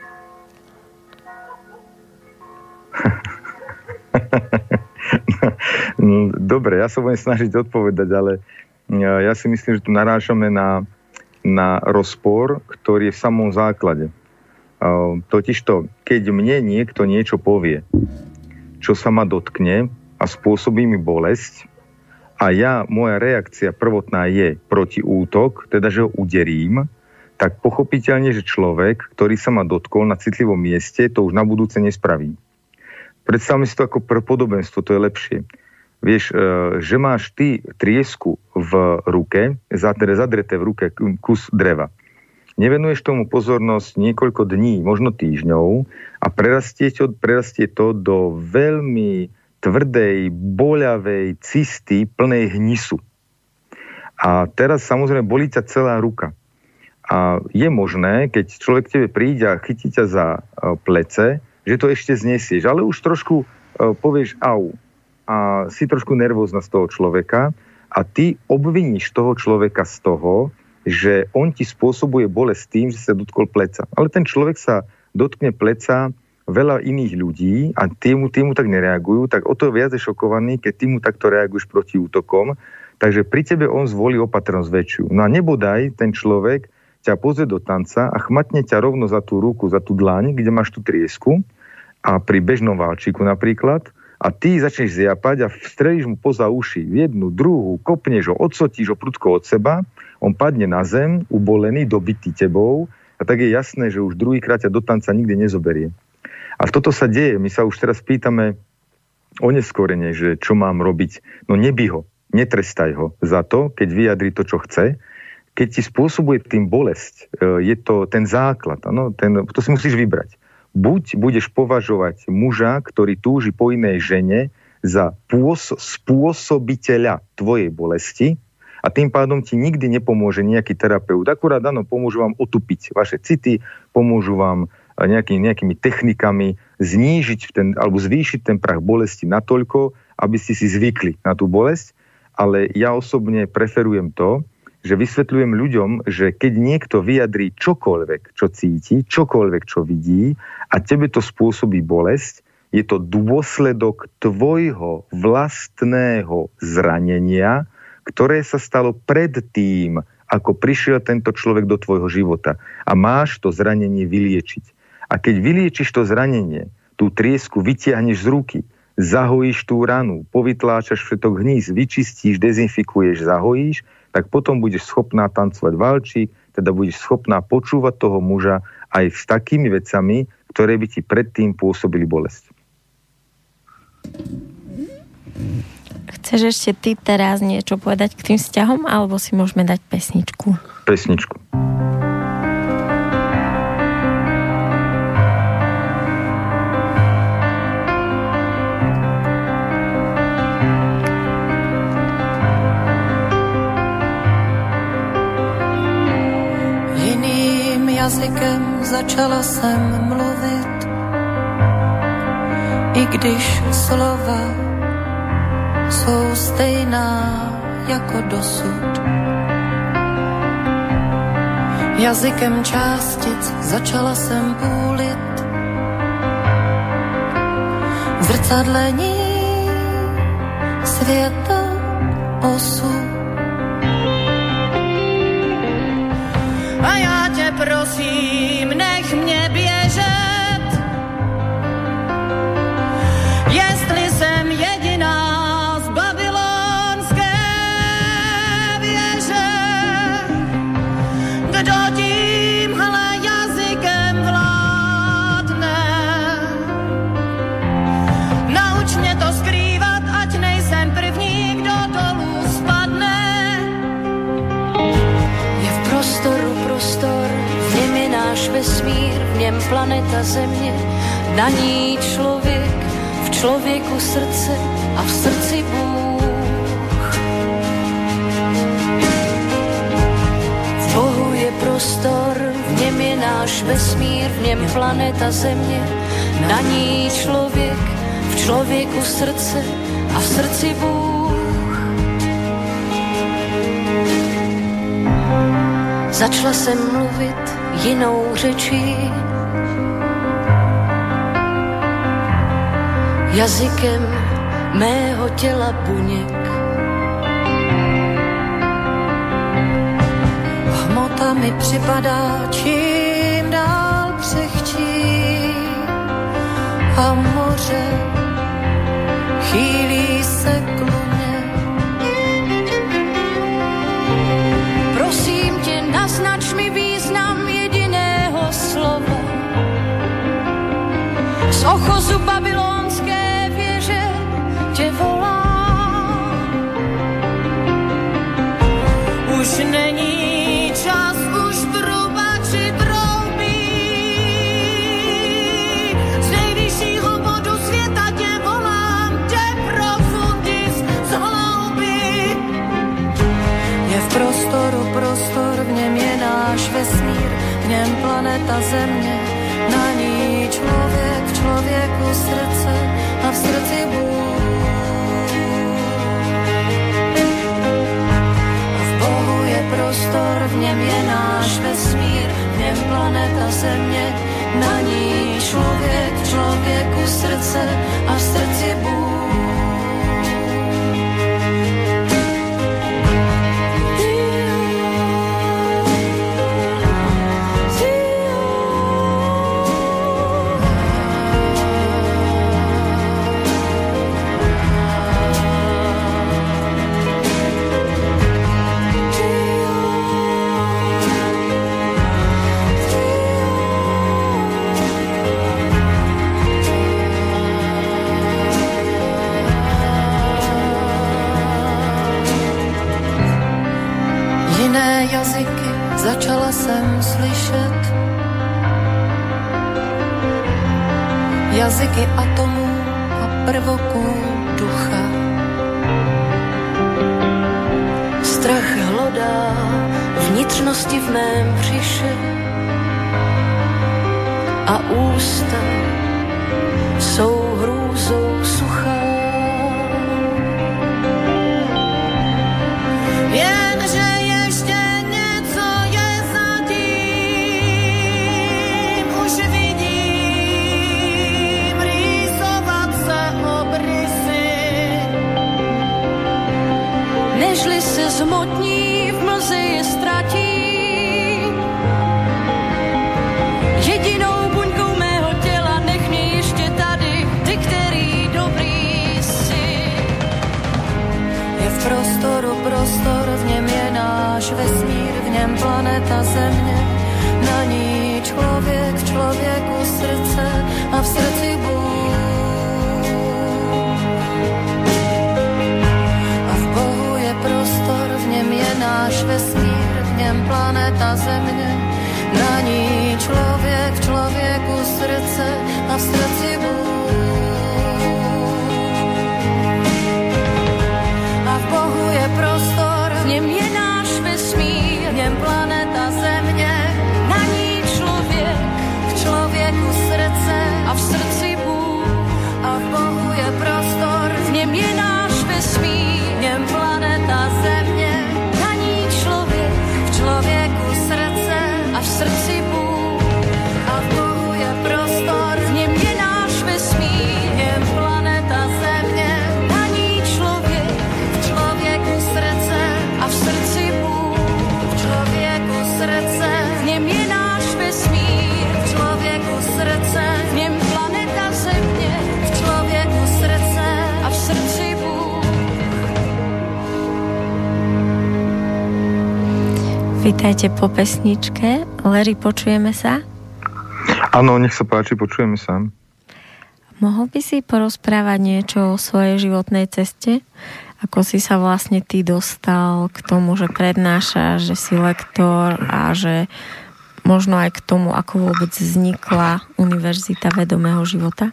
No, dobre, ja sa budem snažiť odpovedať, ale ja si myslím, že tu narážame na rozpor, ktorý je v samom základe. Totižto, keď mne niekto niečo povie, čo sa ma dotkne a spôsobí mi bolesť a moja reakcia prvotná je protiútok, teda že ho uderím, tak pochopiteľne, že človek, ktorý sa ma dotkol na citlivom mieste, to už na budúce nespraví. Predstavme si to ako podobenstvo, to je lepšie. Vieš, že máš ty triesku v ruke, zadreté v ruke kus dreva. Nevenuješ tomu pozornosť niekoľko dní, možno týždňov a prerastie to do veľmi tvrdej, boľavej cisty plnej hnisu. A teraz samozrejme bolí ťa celá ruka. A je možné, keď človek k tebe príde a chytí ťa za plece, že to ešte znesieš, ale už trošku povieš au a si trošku nervózna z toho človeka a ty obviníš toho človeka z toho, že on ti spôsobuje bolesť tým, že sa dotkol pleca. Ale ten človek sa dotkne pleca veľa iných ľudí a tí mu tak nereagujú, tak o to viac je šokovaný, keď ty mu takto reaguješ proti útokom. Takže pri tebe on zvolí opatrnosť väčšiu. No a nebodaj ten človek ťa pozrie do tanca a chmatne ťa rovno za tú ruku, za tú dlaň, kde máš tú triesku a pri bežnom válčiku napríklad a ty začneš zjapať a strelíš mu poza uši jednu, druhú, kopneš ho, odsotíš ho prudko od seba, on padne na zem, ubolený, dobitý tebou a tak je jasné, že už druhýkrát ťa do tanca nikdy nezoberie. A toto sa deje, my sa už teraz pýtame oneskorene, že čo mám robiť. No nebí ho, netrestaj ho za to, keď vyjadri to, čo chce. Keď ti spôsobuje tým bolesť, je to ten základ, to si musíš vybrať. Buď budeš považovať muža, ktorý túži po inej žene, za spôsobiteľa tvojej bolesti a tým pádom ti nikdy nepomôže nejaký terapeut. Akurát pomôžu vám otupiť vaše city, pomôžu vám nejakými technikami znížiť alebo zvýšiť ten prach bolesti natoľko, aby ste si zvykli na tú bolesť. Ale ja osobne preferujem to, že vysvetľujem ľuďom, že keď niekto vyjadrí čokoľvek, čo cíti, čokoľvek, čo vidí a tebe to spôsobí bolesť, je to dôsledok tvojho vlastného zranenia, ktoré sa stalo pred tým, ako prišiel tento človek do tvojho života. A máš to zranenie vyliečiť. A keď vyliečiš to zranenie, tú triesku vytiahneš z ruky, zahojíš tú ranu, povytláčaš všetok hníz, vyčistíš, dezinfikuješ, zahojíš, tak potom budeš schopná tancovať valčík, teda budeš schopná počúvať toho muža aj s takými vecami, ktoré by ti predtým pôsobili bolesť. Chceš ešte ty teraz niečo povedať k tým vzťahom, alebo si môžeme dať pesničku? Pesničku. Jazykem začala jsem mluvit, i když slova jsou stejná jako dosud. Jazykem částic začala jsem půlit. Zrcadlení světa osud. A já tě prosím, nech mě běžet, jestli jsem jediná z babylonské věže, kdo tímhle jazykem vládne. Nauč mě to skrývat, ať nejsem první, kdo dolů spadne. Je v prostoru prostor, v něm je náš vesmír, v něm planeta Země, na ní člověk, v člověku srdce a v srdci Bůh. V Bohu je prostor, v něm je náš vesmír, v něm planeta Země, na ní člověk, v člověku srdce a v srdci Bůh. Začala jsem mluvit jinou řečí, jazykem mého těla buněk. Hmota mi připadá čím dál křehčí a moře chýlí se k luně. Prosím tě, naznač mi význam jediného slova. Z ochozu babylonské věže tě volá. Už není čas, už trubači troubí. Z nejvyššího bodu světa tě volám, de profundis z hloubi. Je v prostoru prostor, v něm je náš vesmír, v něm planeta Země, na ní člověk, v člověku srdce a v srdci Bůh. V Bohu je prostor, v něm je náš vesmír, v něm planeta Země, na ní člověk, v člověku srdce a v srdci Bůh. Jazyky začala jsem slyšet, jazyky atomů a prvoků ducha. Strach hlodá vnitřnosti v mém břiše a ústa jsou hrůzou suchá. Nežli se zmotní, v mlze je ztratí. Jedinou buňkou mého těla nech mě ještě tady, ty, který dobrý jsi. Je v prostoru prostor, v něm je náš vesmír, v něm planeta Země, na ní člověk, v člověku srdce a v srdci Bůh. Prostor, v něm je náš vesmír, v něm planeta Země, na ní člověk, v člověku srdce a v srdci Bůh. A v Bohu je prostor, v něm je náš vesmír, v něm planeta Země, na ní člověk, v člověku srdce a v srdci Bůh. A v Bohu je prostor, v něm je náš vesmír, v něm planeta Země, na ní člověk, v člověku srdce a Vítajte po pesničke. Larry, počujeme sa? Áno, nech sa páči, počujeme sa. Mohol by si porozprávať niečo o svojej životnej ceste? Ako si sa vlastne ty dostal k tomu, že prednášaš, že si lektor a že možno aj k tomu, ako vôbec vznikla Univerzita vedomého života?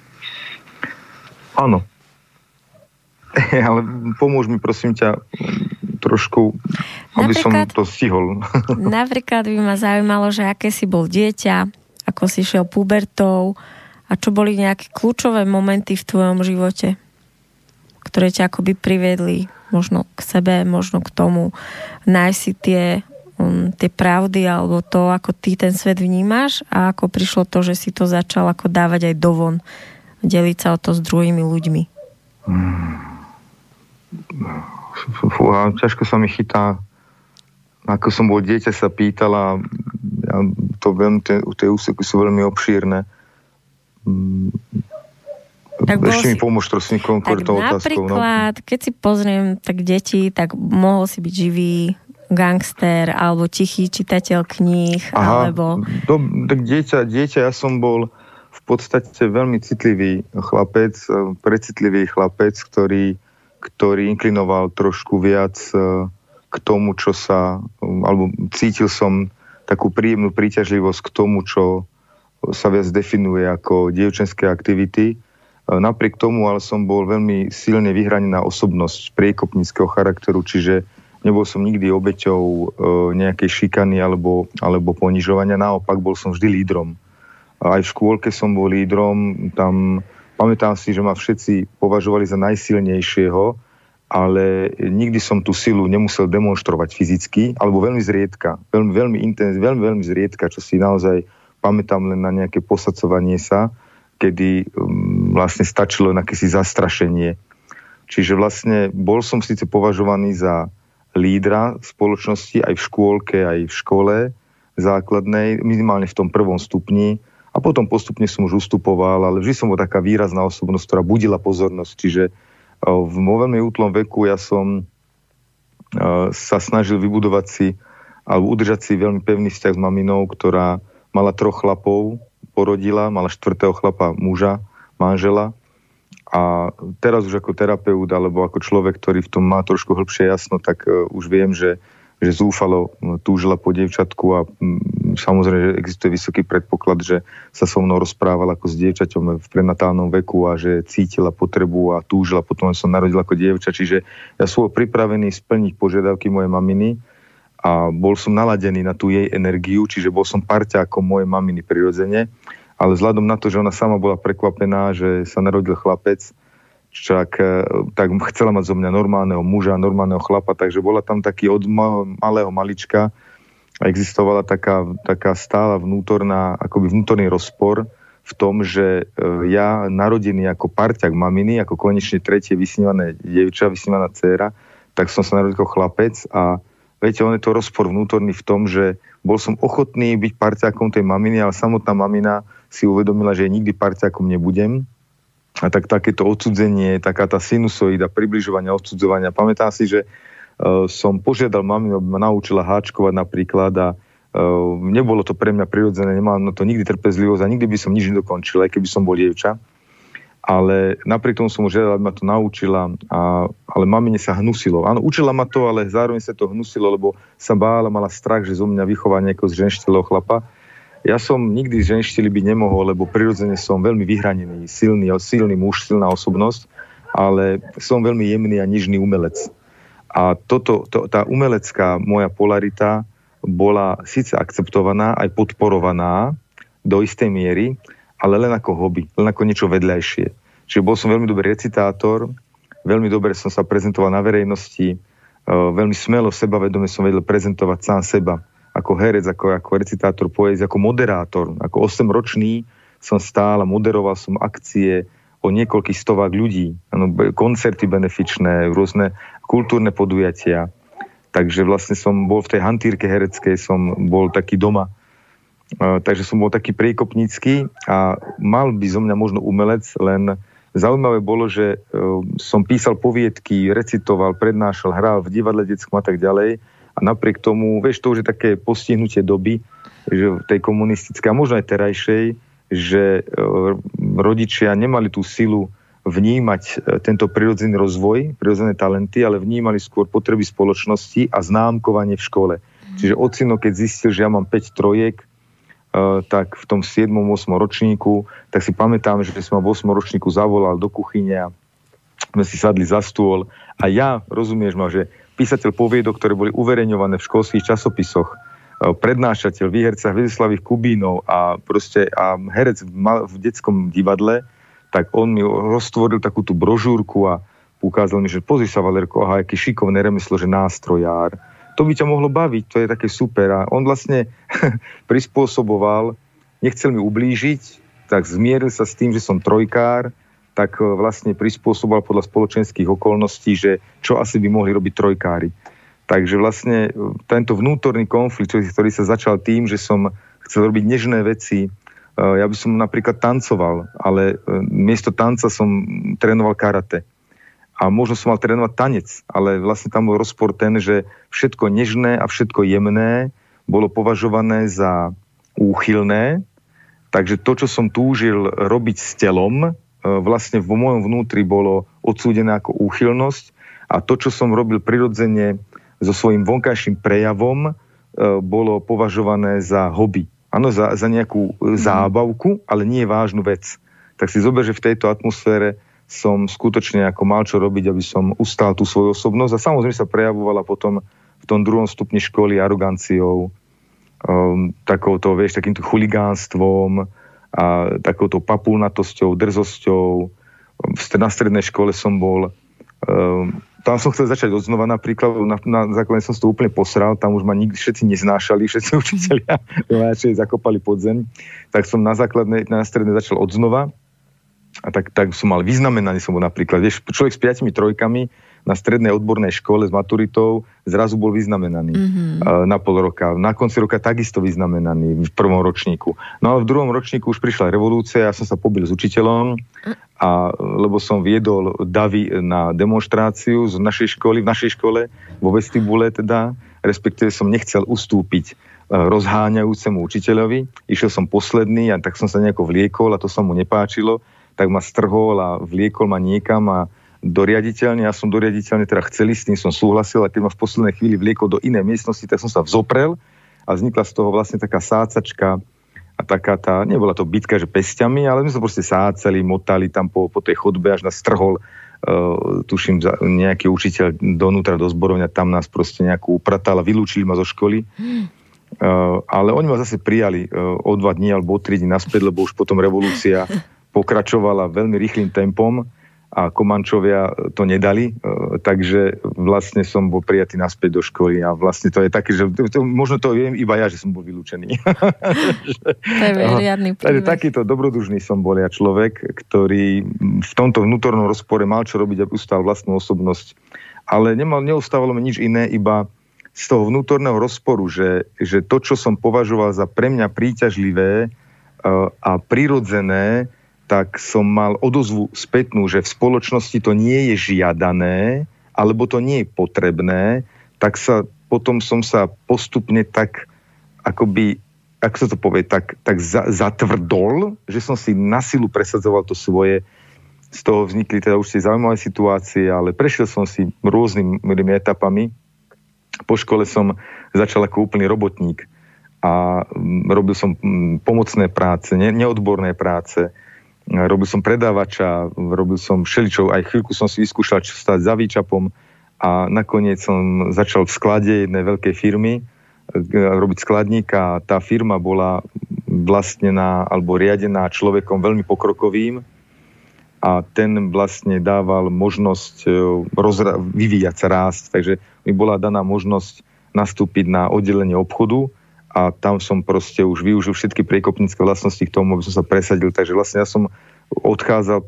Áno. Ale pomôž mi, prosím ťa, trošku, aby som to stihol. Napríklad by ma zaujímalo, že aké si bol dieťa, ako si šiel pubertou a čo boli nejaké kľúčové momenty v tvojom živote, ktoré ťa akoby priviedli možno k sebe, možno k tomu nájsť si tie pravdy alebo to, ako ty ten svet vnímaš a ako prišlo to, že si to začal ako dávať aj dovon, deliť sa o to s druhými ľuďmi. Fúha, ťažko sa mi chytá. Ako som bol dieťa, sa pýtala, ja to viem, tie úseky sú veľmi obšírne. Ešte mi pomôž trošku konkrétnou otázkou. Napríklad, keď si pozriem tak deti, tak mohol si byť živý gangster alebo tichý čitateľ kníh. Alebo... Tak dieťa, ja som bol v podstate veľmi citlivý chlapec, precitlivý chlapec, ktorý inklinoval trošku viac k tomu, čo sa, alebo cítil som takú príjemnú príťažlivosť k tomu, čo sa viac definuje ako dievčenské aktivity. Napriek tomu, ale som bol veľmi silne vyhranená osobnosť priekopníckeho charakteru, čiže nebol som nikdy obeťou nejakej šikany alebo ponižovania. Naopak, bol som vždy lídrom. Aj v škôlke som bol lídrom, tam pamätám si, že ma všetci považovali za najsilnejšieho, ale nikdy som tú silu nemusel demonštrovať fyzicky, alebo veľmi zriedka, veľmi zriedka, čo si naozaj pamätám len na nejaké posadzovanie sa, kedy vlastne stačilo na akési zastrašenie. Čiže vlastne bol som síce považovaný za lídra spoločnosti aj v škôlke, aj v škole základnej, minimálne v tom prvom stupni, a potom postupne som už ustupoval, ale vždy som bol taká výrazná osobnosť, ktorá budila pozornosť. Čiže v veľmi útlom veku ja som sa snažil vybudovať si alebo udržať si veľmi pevný vzťah s maminou, ktorá mala 3 chlapov, porodila, mala 4. chlapa, muža, manžela. A teraz už ako terapeut alebo ako človek, ktorý v tom má trošku hĺbšie jasno, tak už viem, že zúfalo túžila po dievčatku a samozrejme, že existuje vysoký predpoklad, že sa so mnou rozprávala ako s dievčaťom v prenatálnom veku a že cítila potrebu a túžila, potom som narodil ako dievča, čiže ja som bol pripravený splniť požiadavky mojej maminy a bol som naladený na tú jej energiu, čiže bol som parťákom mojej maminy prirodzene, ale vzhľadom na to, že ona sama bola prekvapená, že sa narodil chlapec, tak chcela mať zo mňa normálneho muža, normálneho chlapa, takže bola tam taký od malého malička a existovala taká stála vnútorný rozpor v tom, že ja narodený ako parťák maminy, ako konečne tretie vysnívané dievča, vysnívaná dcéra, tak som sa narodil ako chlapec a viete, on je to rozpor vnútorný v tom, že bol som ochotný byť parťákom tej maminy, ale samotná mamina si uvedomila, že nikdy parťákom nebudem. A takéto odsudzenie, taká tá sinusoida, približovania, odsudzovania. Pamätám si, že som požiadal maminu, aby ma naučila háčkovať napríklad a nebolo to pre mňa prirodzené, nemal na to nikdy trpezlivosť a nikdy by som nič nedokončil, aj keby som bol dievča. Ale napriek tomu som žiadal, aby ma to naučila, ale mamine sa hnusilo. Áno, učila ma to, ale zároveň sa to hnusilo, lebo sa bála, mala strach, že zo mňa vychová nejakého zženštelého chlapa. Ja som nikdy ženštili byť nemohol, lebo prirodzene som veľmi vyhranený, silný muž, silná osobnosť, ale som veľmi jemný a nižný umelec. A tá umelecká moja polarita bola síce akceptovaná, aj podporovaná do istej miery, ale len ako hobby, len ako niečo vedľajšie. Čiže bol som veľmi dobrý recitátor, veľmi dobre som sa prezentoval na verejnosti, veľmi smelo, sebavedome som vedel prezentovať sám seba. Ako herec, ako recitátor poézie, ako moderátor. Ako 8-ročný som stál a moderoval som akcie o niekoľkých stovák ľudí. Koncerty benefičné, rôzne kultúrne podujatia. Takže vlastne som bol v tej hantírke hereckej, som bol taký doma. Takže som bol taký priekopnícky a mal by zo mňa možno umelec, len zaujímavé bolo, že som písal poviedky, recitoval, prednášal, hral v divadle detskom a tak ďalej. A napriek tomu, vieš, to už je také postihnutie doby, že tej komunistickej a možno aj terajšej, že rodičia nemali tú silu vnímať tento prirodzený rozvoj, prirodzené talenty, ale vnímali skôr potreby spoločnosti a známkovanie v škole. Čiže ocino, keď zistil, že ja mám 5 trojek, tak v tom 7. 8. ročníku, tak si pamätám, že som ma v 8. ročníku zavolal do kuchyne a sme si sadli za stôl a ja, rozumieš ma, že písateľ poviedok, ktoré boli uverejňované v školských časopisoch, prednášateľ, výherca Hviezdoslavých Kubínov a herec v detskom divadle, tak on mi roztvoril takú tú brožúrku a ukázal mi, že pozri sa, Valerko, aha, aký šikovné remeslo, že nástrojár. To by ťa mohlo baviť, to je také super. A on vlastne prispôsoboval, nechcel mi ublížiť, tak zmieril sa s tým, že som trojkár, tak vlastne prispôsoboval podľa spoločenských okolností, že čo asi by mohli robiť trojkári. Takže vlastne tento vnútorný konflikt, ktorý sa začal tým, že som chcel robiť nežné veci, ja by som napríklad tancoval, ale miesto tanca som trénoval karate. A možno som mal trénovať tanec, ale vlastne tam bol rozpor ten, že všetko nežné a všetko jemné bolo považované za úchylné, takže to, čo som túžil robiť s telom, vlastne vo mojom vnútri bolo odsúdené ako úchylnosť a to, čo som robil prirodzene so svojím vonkajším prejavom, bolo považované za hobby. Áno, za nejakú zábavku, ale nie vážnu vec. Tak si zober, že v tejto atmosfére som skutočne ako mal čo robiť, aby som ustal tú svoju osobnosť a samozrejme sa prejavovala potom v tom 2. stupni školy aroganciou, takouto, vieš, takýmto chuligánstvom a takouto papulnatosťou, drzosťou. Na strednej škole som bol tam som chcel začať odznova napríklad, na základe som to úplne posral, tam už ma všetci neznášali, všetci učitelia radšej zakopali pod zem, tak som na strednej začal odznova a tak som mal vyznamenanie, som bol napríklad, vieš, človek s 5 trojkami na strednej odbornej škole s maturitou zrazu bol vyznamenaný na pol roka. Na konci roka takisto vyznamenaný v 1. ročníku. No ale v 2. ročníku už prišla revolúcia, ja som sa pobil s učiteľom, lebo som viedol davy na demonštráciu v našej škole, vo vestibule teda, respektíve som nechcel ustúpiť rozháňajúcemu učiteľovi. Išiel som posledný a tak som sa nejako vliekol a to sa mu nepáčilo, tak ma strhol a vliekol ma niekam a do riaditeľne. Ja som do riaditeľne teda chcel, s tým som súhlasil a keď ma v poslednej chvíli vliekol do inej miestnosti, tak som sa vzoprel a vznikla z toho vlastne taká sácačka a taká tá, nebola to bitka, že pesťami, ale my sme proste sácali, motali tam po tej chodbe, až nás strhol, tuším, nejaký učiteľ donútra do zborovňa, tam nás proste nejakú upratal a vylúčili ma zo školy. Ale oni ma zase prijali o 2 dní alebo o 3 dní naspäť, lebo už potom revolúcia pokračovala veľmi rýchlým tempom a Komančovia to nedali, takže vlastne som bol prijatý naspäť do školy a vlastne to je také, že možno to viem iba ja, že som bol vylúčený. To je riadny príbeh. Takže takýto dobrodružný som bol ja človek, ktorý v tomto vnútornom rozpore mal čo robiť, aby ustal vlastnú osobnosť. Ale neustávalo mi nič iné, iba z toho vnútorného rozporu, že to, čo som považoval za pre mňa príťažlivé a prirodzené, tak som mal odozvu spätnú, že v spoločnosti to nie je žiadané, alebo to nie je potrebné, tak potom som sa postupne tak, akoby, ako sa to povie, tak zatvrdol, že som si na silu presadzoval to svoje. Z toho vznikli teda už tie zaujímavé situácie, ale prešiel som si rôznymi etapami. Po škole som začal ako úplný robotník a robil som pomocné práce, neodborné práce. Robil som predávača, robil som všeličo, aj chvíľku som si vyskúšal stať za výčapom a nakoniec som začal v sklade jednej veľkej firmy robiť skladníka. Tá firma bola vlastnená alebo riadená človekom veľmi pokrokovým a ten vlastne dával možnosť vyvíjať sa, rásť. Takže mi bola daná možnosť nastúpiť na oddelenie obchodu a tam som proste už využil všetky priekopnícke vlastnosti k tomu, aby som sa presadil. Takže vlastne ja som odchádzal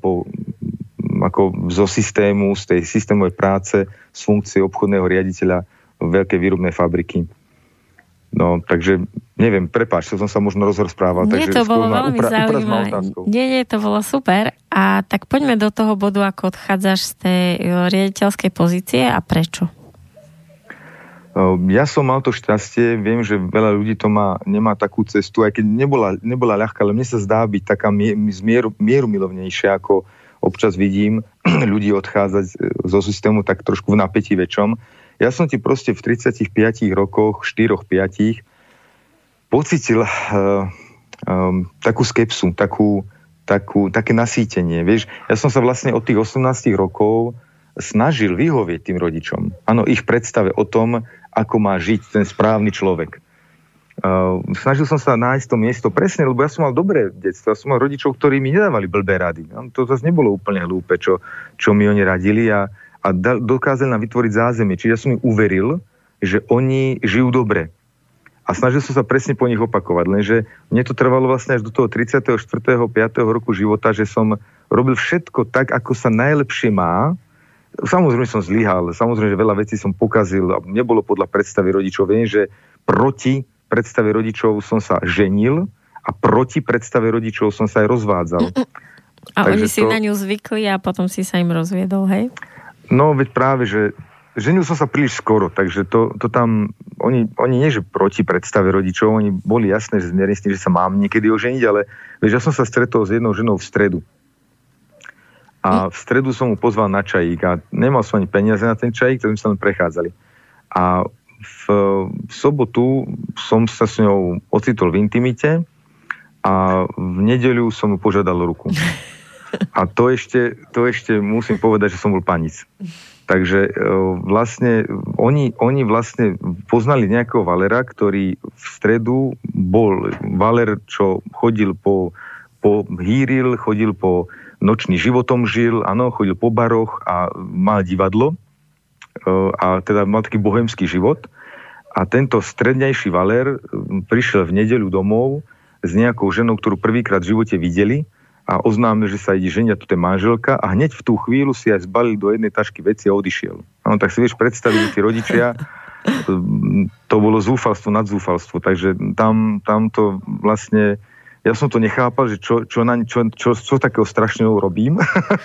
zo systému, z tej systémovej práce, z funkcie obchodného riaditeľa veľkej výrobnej fabriky. No, takže neviem, prepáč, som sa možno rozprával. Nie, to bolo veľmi zaujímavé. Nie, to bolo super. A tak poďme do toho bodu, ako odchádzaš z tej riaditeľskej pozície a prečo? Ja som mal to šťastie, viem, že veľa ľudí to nemá takú cestu, aj keď nebola ľahká, ale mne sa zdá byť taká mierumilovnejšia, ako občas vidím ľudí odchádzať zo systému tak trošku v napätí väčšom. Ja som ti proste v 35 rokoch, 4-5 pocítil takú skepsu, také nasýtenie. Vieš, ja som sa vlastne od tých 18 rokov snažil vyhovieť tým rodičom. Áno, ich predstave o tom, ako má žiť ten správny človek. Snažil som sa nájsť to miesto presne, lebo ja som mal dobré detstvo. Ja som mal rodičov, ktorí mi nedávali blbé rady. To zase nebolo úplne hlúpe, čo mi oni radili a dokázali nám vytvoriť zázemie. Čiže ja som im uveril, že oni žijú dobre. A snažil som sa presne po nich opakovať, lenže mne to trvalo vlastne až do toho 34. 5. roku života, že som robil všetko tak, ako sa najlepšie má. Samozrejme som zlyhal, samozrejme, že veľa vecí som pokazil a nebolo podľa predstavy rodičov. Viem, že proti predstave rodičov som sa ženil a proti predstave rodičov som sa aj rozvádzal. A oni si na ňu zvykli a potom si sa im rozviedol, hej? No, veď práve, že ženil som sa príliš skoro, takže to tam, oni nie, že proti predstave rodičov, oni boli jasné, že zmierili s tým, že sa mám niekedy oženiť, ale vieš, ja som sa stretol s jednou ženou v stredu. A v stredu som mu pozval na čajík a nemal som ani peniaze na ten čajík, tak sme sa len prechádzali. A v sobotu som sa s ňou ocitol v intimite a v nedeľu som mu požiadal ruku. A to ešte musím povedať, že som bol panic. Takže vlastne oni vlastne poznali nejakého Valera, ktorý v stredu bol Valer, čo chodil hýril, chodil po nočný životom žil, áno, chodil po baroch a mal divadlo a teda mal taký bohemský život. A tento strednejší Valer prišiel v nedeľu domov s nejakou ženou, ktorú prvýkrát v živote videli a oznámil, že sa ide ženiať, toto je manželka a hneď v tú chvíľu si aj zbalil do jednej tašky veci a odišiel. No, tak si vieš predstaviť, že tí rodičia, to bolo zúfalstvo nad zúfalstvo, takže tam to vlastne, ja som to nechápal, že čo takého strašného robím.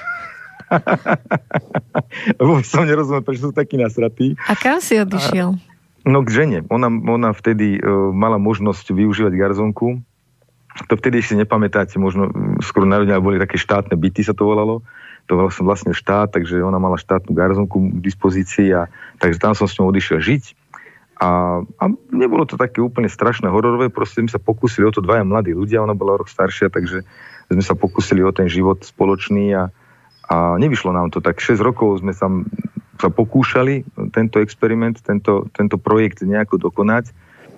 Lebo som nerozumel, prečo sú takí nasratí. A kam si odišiel? No k žene. Ona vtedy mala možnosť využívať garzonku. To vtedy ešte nepamätáte, možno skoro narodenia boli také štátne byty, sa to volalo. To som vlastne štát, takže ona mala štátnu garzonku k dispozícii a takže tam som s ňou odišiel žiť. A nebolo to také úplne strašné, hororové, proste sme sa pokúsili o to dvaja mladí ľudia, ona bola rok staršia, takže sme sa pokúsili o ten život spoločný a nevyšlo nám to. Tak 6 rokov sme sa pokúšali tento experiment, tento projekt nejako dokonať.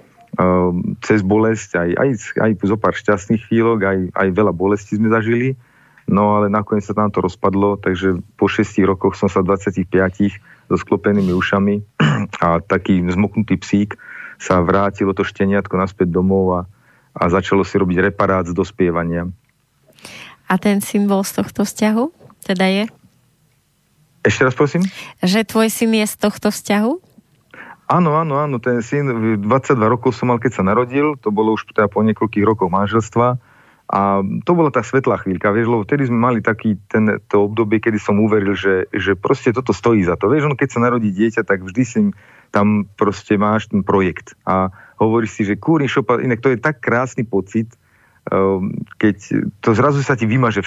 Cez bolesť, aj zo pár šťastných chvíľok, aj veľa bolesti sme zažili, no ale nakoniec sa nám to rozpadlo, takže po 6 rokoch som sa 25 so sklopenými ušami a taký zmoknutý psík sa vrátilo to šteniatko naspäť domov a začalo si robiť reparát z dospievania. A ten symbol z tohto vzťahu teda je? Ešte raz prosím? Že tvoj syn je z tohto vzťahu? Áno, ten syn, 22 rokov som mal, keď sa narodil, to bolo už teda po niekoľkých rokoch manželstva a to bola tá svetlá chvíľka, vieš, lebo vtedy sme mali to obdobie, kedy som uveril, že proste toto stojí za to. Vieš, keď sa narodí dieťa, tak vždy si tam proste máš ten projekt a hovoríš si, že kúrin šopa, inak to je tak krásny pocit, keď to zrazu sa ti vymaže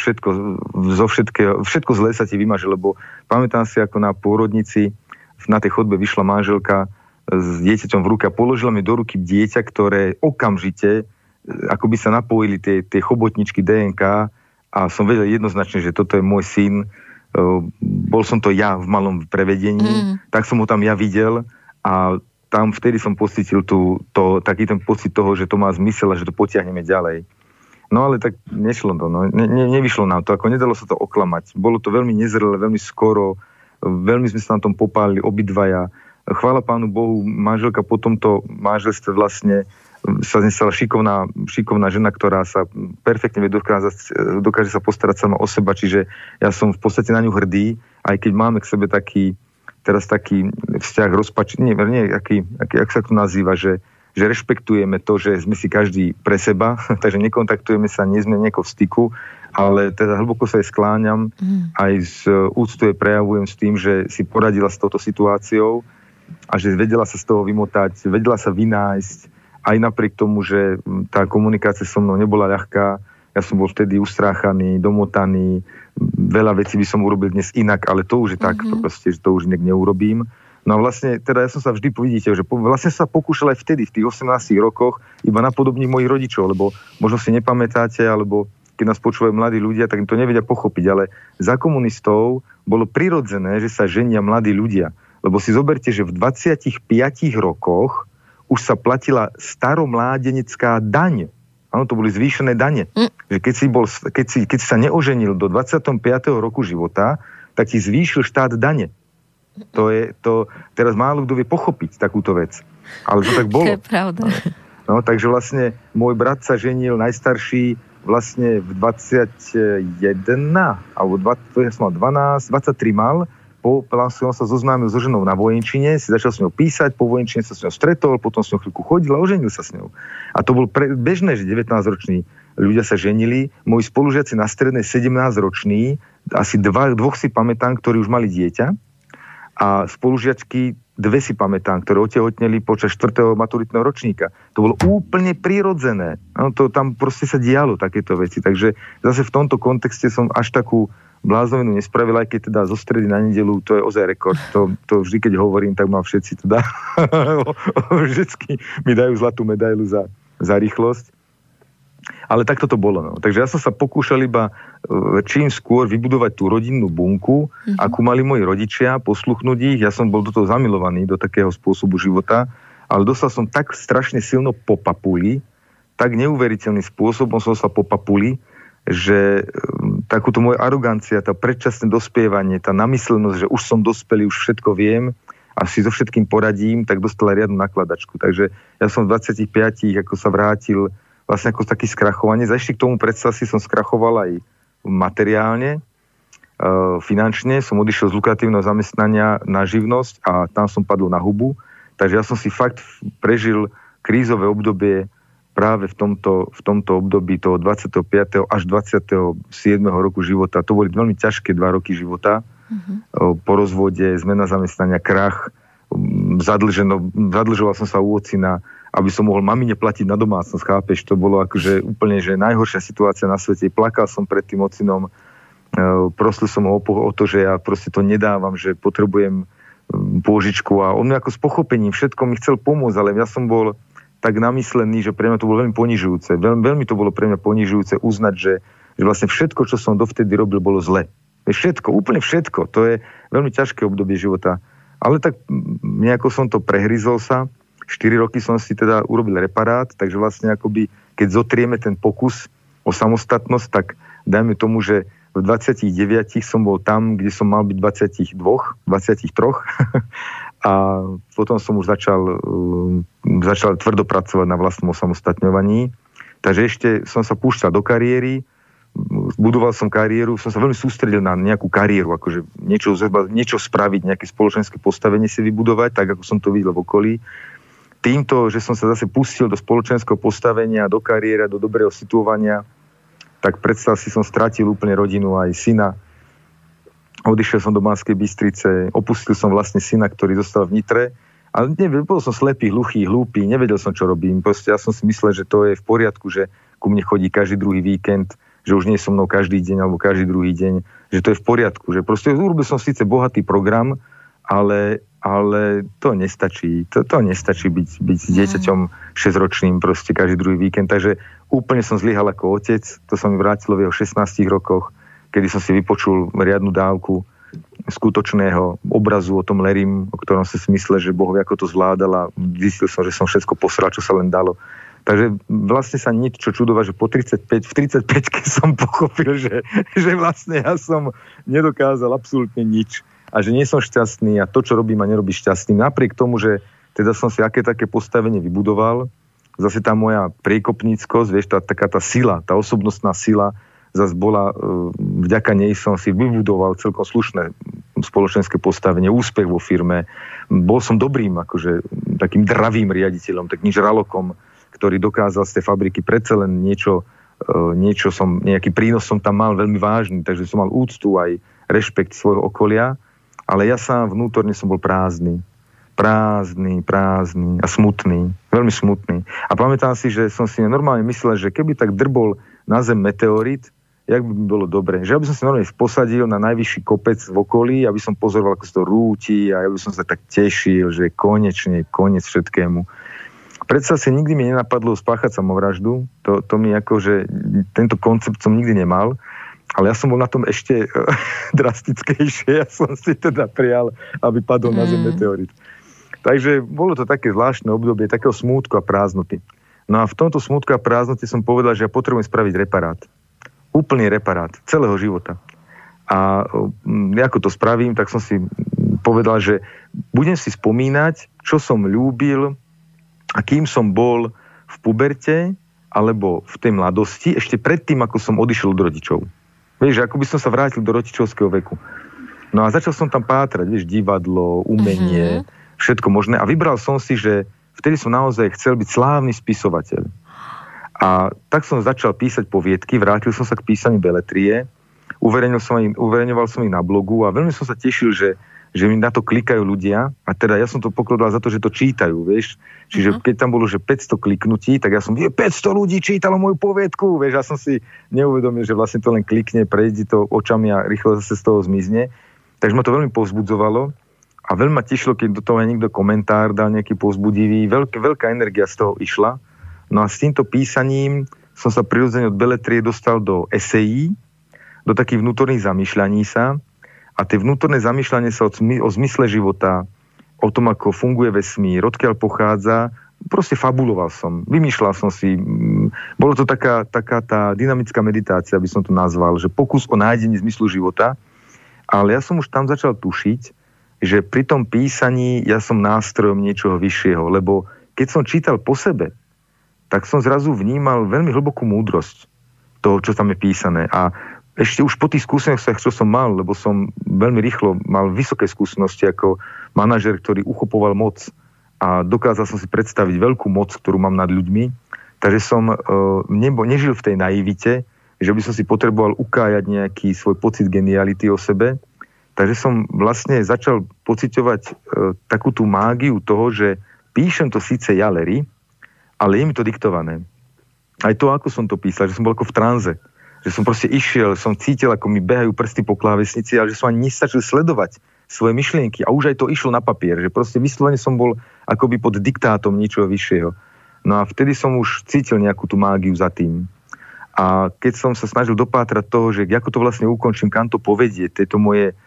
všetko zlé sa ti vymaže, lebo pamätám si, ako na pôrodnici na tej chodbe vyšla manželka s dieťaťom v ruke a položila mi do ruky dieťa, ktoré okamžite ako by sa napojili tie chobotničky DNK a som vedel jednoznačne, že toto je môj syn. Bol som to ja v malom prevedení, tak som ho tam ja videl a tam vtedy som pocítil taký ten pocit toho, že to má zmysel a že to potiahneme ďalej. No ale tak nešlo to, nevyšlo nám to, ako nedalo sa to oklamať. Bolo to veľmi nezrelé, veľmi skoro, veľmi sme sa na tom popálili obidvaja. Chvála Pánu Bohu, manželka po tomto manželstve vlastne sa stala šikovná žena, ktorá sa perfektne dokáže sa postarať sama o seba, čiže ja som v podstate na ňu hrdý, aj keď máme k sebe taký vzťah ak sa to nazýva, že rešpektujeme to, že sme si každý pre seba, takže nekontaktujeme sa, nie sme nejako v styku, ale teda hlboko sa jej skláňam, aj z úctu jej prejavujem s tým, že si poradila s touto situáciou a že vedela sa z toho vymotať, vedela sa vynájsť, aj napriek tomu, že tá komunikácia so mnou nebola ľahká. Ja som bol vtedy ustráchaný, domotaný, veľa vecí by som urobil dnes inak, ale to už je tak, proste, že to už inak neurobím. No a vlastne, teda ja som sa vždy, vidíte, že vlastne sa pokúšal aj vtedy, v tých 18 rokoch, iba napodobniť mojich rodičov, lebo možno si nepamätáte, alebo keď nás počúvajú mladí ľudia, tak to nevedia pochopiť, ale za komunistov bolo prirodzené, že sa ženia mladí ľudia. Lebo si zoberte, že v 25 rokoch už sa platila staromládenecká daň. Áno, to boli zvýšené dane. Že keď si sa neoženil do 25. roku života, tak ti zvýšil štát dane. To teraz málo kto vie pochopiť takúto vec. Ale to tak bolo. To je pravda. No, takže vlastne môj brat sa ženil najstarší vlastne v 21, alebo 23 mal, on sa zoznámil so ženou na vojenčine, si začal s ňou písať, po vojenčine sa s ňou stretol, potom s ňou chvíľku chodil a oženil sa s ňou. A to bolo bežné, že 19-roční ľudia sa ženili. Moji spolužiaci na strednej 17-roční, asi dvoch si pamätám, ktorí už mali dieťa, a spolužiačky 2 si pamätám, ktoré otehotneli počas 4. maturitného ročníka. To bolo úplne prirodzené. No, to tam proste sa dialo takéto veci. Takže zase v tomto kontexte som až takú bláznovinu nespravil, aj keď teda zo stredy na nedeľu, to je ozaj rekord. To vždy, keď hovorím, tak ma všetci teda vždycky mi dajú zlatú medailu za rýchlosť. Ale takto to bolo. No. Takže ja som sa pokúšal iba čím skôr vybudovať tú rodinnú bunku, akú mali moji rodičia, posluchnúť ich. Ja som bol do toho zamilovaný, do takého spôsobu života, ale dostal som tak strašne silno po papuli, tak neuveriteľným spôsobom som sa po papuli, že takúto moja arogancia, tá predčasné dospievanie, tá namyslenosť, že už som dospelý, už všetko viem a si so všetkým poradím, tak dostala riadnu nakladačku. Takže ja som v 25, ako sa vrátil, vlastne ako taký skrachovanie. Ešte k tomu predstav si som skrachoval aj materiálne, finančne. Som odišiel z lukratívneho zamestnania na živnosť a tam som padol na hubu. Takže ja som si fakt prežil krízové obdobie práve v tomto období toho 25. až 27. roku života. To boli veľmi ťažké 2 roky života. Po rozvode, zmena zamestnania, krach, zadlžoval som sa u ocina, aby som mohol mamine platiť na domácnosť, chápeš? To bolo akože úplne že najhoršia situácia na svete. Plakal som pred tým ocinom, prosil som ho o to, že ja proste to nedávam, že potrebujem pôžičku a on mi ako s pochopením všetko mi chcel pomôcť, ale ja som bol tak namyslený, že pre mňa to bolo veľmi ponižujúce. Veľmi to bolo pre mňa ponižujúce uznať, že vlastne všetko, čo som dovtedy robil, bolo zle. Všetko, úplne všetko. To je veľmi ťažké obdobie života. Ale tak nejako som to prehryzol sa. 4 roky som si teda urobil reparát, takže vlastne akoby, keď zotrieme ten pokus o samostatnosť, tak dajme tomu, že v 29 som bol tam, kde som mal byť 23 a potom som už začal tvrdo pracovať na vlastnom osamostatňovaní. Takže ešte som sa púšťal do kariéry, budoval som kariéru, som sa veľmi sústredil na nejakú kariéru, akože niečo spraviť, nejaké spoločenské postavenie si vybudovať, tak ako som to videl v okolí. Týmto, že som sa zase pustil do spoločenského postavenia, do kariéry, do dobrého situovania, tak predstav si, som stratil úplne rodinu, aj syna. Odišiel som do Banskej Bystrice, opustil som vlastne syna, ktorý zostal v Nitre. Ale bol som slepý, hluchý, hlúpy, nevedel som, čo robím. Proste ja som si myslel, že to je v poriadku, že ku mne chodí každý druhý víkend, že už nie so mnou každý deň alebo každý druhý deň, že to je v poriadku. Že proste urobil som síce bohatý program, ale to nestačí. To nestačí byť s dieťaťom 6-ročným proste každý druhý víkend. Takže úplne som zlyhal ako otec. To sa mi vrátilo v jeho 16 rokoch, kedy som si vypočul riadnu dávku skutočného obrazu o tom Lerim, o ktorom som si myslel, že Boh ako to zvládal a zistil som, že som všetko posral, čo sa len dalo. Takže vlastne sa nič čo čudovať, že v 35-ke som pochopil, že vlastne ja som nedokázal absolútne nič. A že nie som šťastný a to, čo robím, ma nerobí šťastným. Napriek tomu, že teda som si aké také postavenie vybudoval, zase tá moja priekopníckosť, vieš, taká tá sila, tá osobnostná sila, zase bola, vďaka nej som si vybudoval celkom slušné spoločenské postavenie, úspech vo firme. Bol som dobrým, akože takým dravým riaditeľom, takým žralokom, ktorý dokázal z tej fabriky predsa len nejaký prínos som tam mal veľmi vážny, takže som mal úctu aj rešpekt svojho okolia. Ale ja sám vnútorne som bol prázdny. prázdny a smutný, veľmi smutný. A pamätám si, že som si normálne myslel, že keby tak drbol na zem meteorit, jak by bolo dobre. Že ja by som si normálne posadil na najvyšší kopec v okolí, aby som pozoroval, ako sa to rúti a ja by som sa tak tešil, že konečne, koniec všetkému. Predsa si nikdy mi nenapadlo spáchať samovraždu. To mi akože, tento koncept som nikdy nemal, ale ja som bol na tom ešte drastickejšie. Ja som si teda prial, aby padol na zem meteorit. Takže bolo to také zvláštne obdobie, takého smútku a prázdnoty. No a v tomto smútku a prázdnote som povedal, že ja potrebujem spraviť reparát. Úplný reparát celého života. A ako to spravím, tak som si povedal, že budem si spomínať, čo som ľúbil a kým som bol v puberte alebo v tej mladosti, ešte predtým, ako som odišiel od rodičov. Vieš, ako by som sa vrátil do rodičovského veku. No a začal som tam pátrať, vieš, divadlo, umenie, všetko možné. A vybral som si, že vtedy som naozaj chcel byť slávny spisovateľ. A tak som začal písať poviedky, vrátil som sa k písaniu beletrie, uverejňoval som ich na blogu a veľmi som sa tešil, že mi na to klikajú ľudia a teda ja som to pokladal za to, že to čítajú, vieš. Čiže keď tam bolo, že 500 kliknutí, tak ja som 500 ľudí čítalo moju poviedku, vieš, ja som si neuvedomil, že vlastne to len klikne, prejde to očami a rýchlo zase z toho zmizne. Takže ma to veľmi povzbudzovalo a veľmi ma tešilo, keď do toho aj niekto komentár dal nejaký povzbudivý, veľká energia z toho išla. No a s týmto písaním som sa prirodzene od beletrie dostal do esejí, do takých vnútorných zamýšľaní sa. A tie vnútorné zamýšľanie sa o zmysle života, o tom, ako funguje vesmír, odkiaľ pochádza, proste fabuloval som, vymýšľal som si. Bolo to taká tá dynamická meditácia, by som to nazval, že pokus o nájdenie zmyslu života. Ale ja som už tam začal tušiť, že pri tom písaní ja som nástrojom niečoho vyššieho, lebo keď som čítal po sebe, tak som zrazu vnímal veľmi hlbokú múdrosť toho, čo tam je písané. A ešte už po tých skúsenostiach, čo som mal, lebo som veľmi rýchlo mal vysoké skúsenosti ako manažer, ktorý uchopoval moc a dokázal som si predstaviť veľkú moc, ktorú mám nad ľuďmi. Takže som nežil v tej naivite, že by som si potreboval ukájať nejaký svoj pocit geniality o sebe. Takže som vlastne začal pociťovať takú tú mágiu toho, že píšem to síce ja, Larry, ale je mi to diktované. Aj to, ako som to písal, že som bol ako v tranze. Že som proste išiel, som cítil, ako mi behajú prsty po klávesnici, ale že som ani nestačil sledovať svoje myšlienky. A už aj to išlo na papier. Že proste vyslovene som bol akoby pod diktátom niečoho vyššieho. No a vtedy som už cítil nejakú tú mágiu za tým. A keď som sa snažil dopátrať toho, že ako to vlastne ukončím, kam to povedie, tieto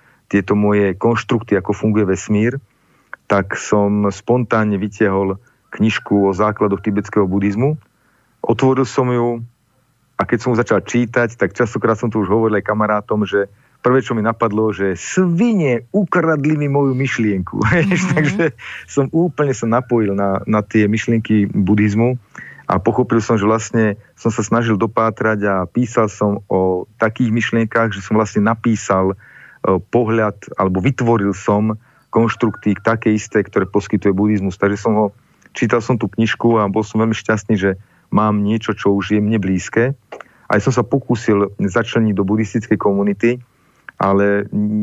moje konštrukty, ako funguje vesmír, tak som spontánne vytiahol knižku o základoch tibetského buddhizmu. Otvoril som ju a keď som ju začal čítať, tak častokrát som to už hovoril aj kamarátom, že prvé, čo mi napadlo, že svine ukradli mi moju myšlienku. Takže som úplne sa napojil na tie myšlienky buddhizmu a pochopil som, že vlastne som sa snažil dopátrať a písal som o takých myšlienkách, že som vlastne napísal pohľad, alebo vytvoril som konštrukty také isté, ktoré poskytuje buddhizmus. Takže čítal som tú knižku a bol som veľmi šťastný, že mám niečo, čo už je mne blízke. Aj som sa pokúsil začleniť do buddhistickej komunity, ale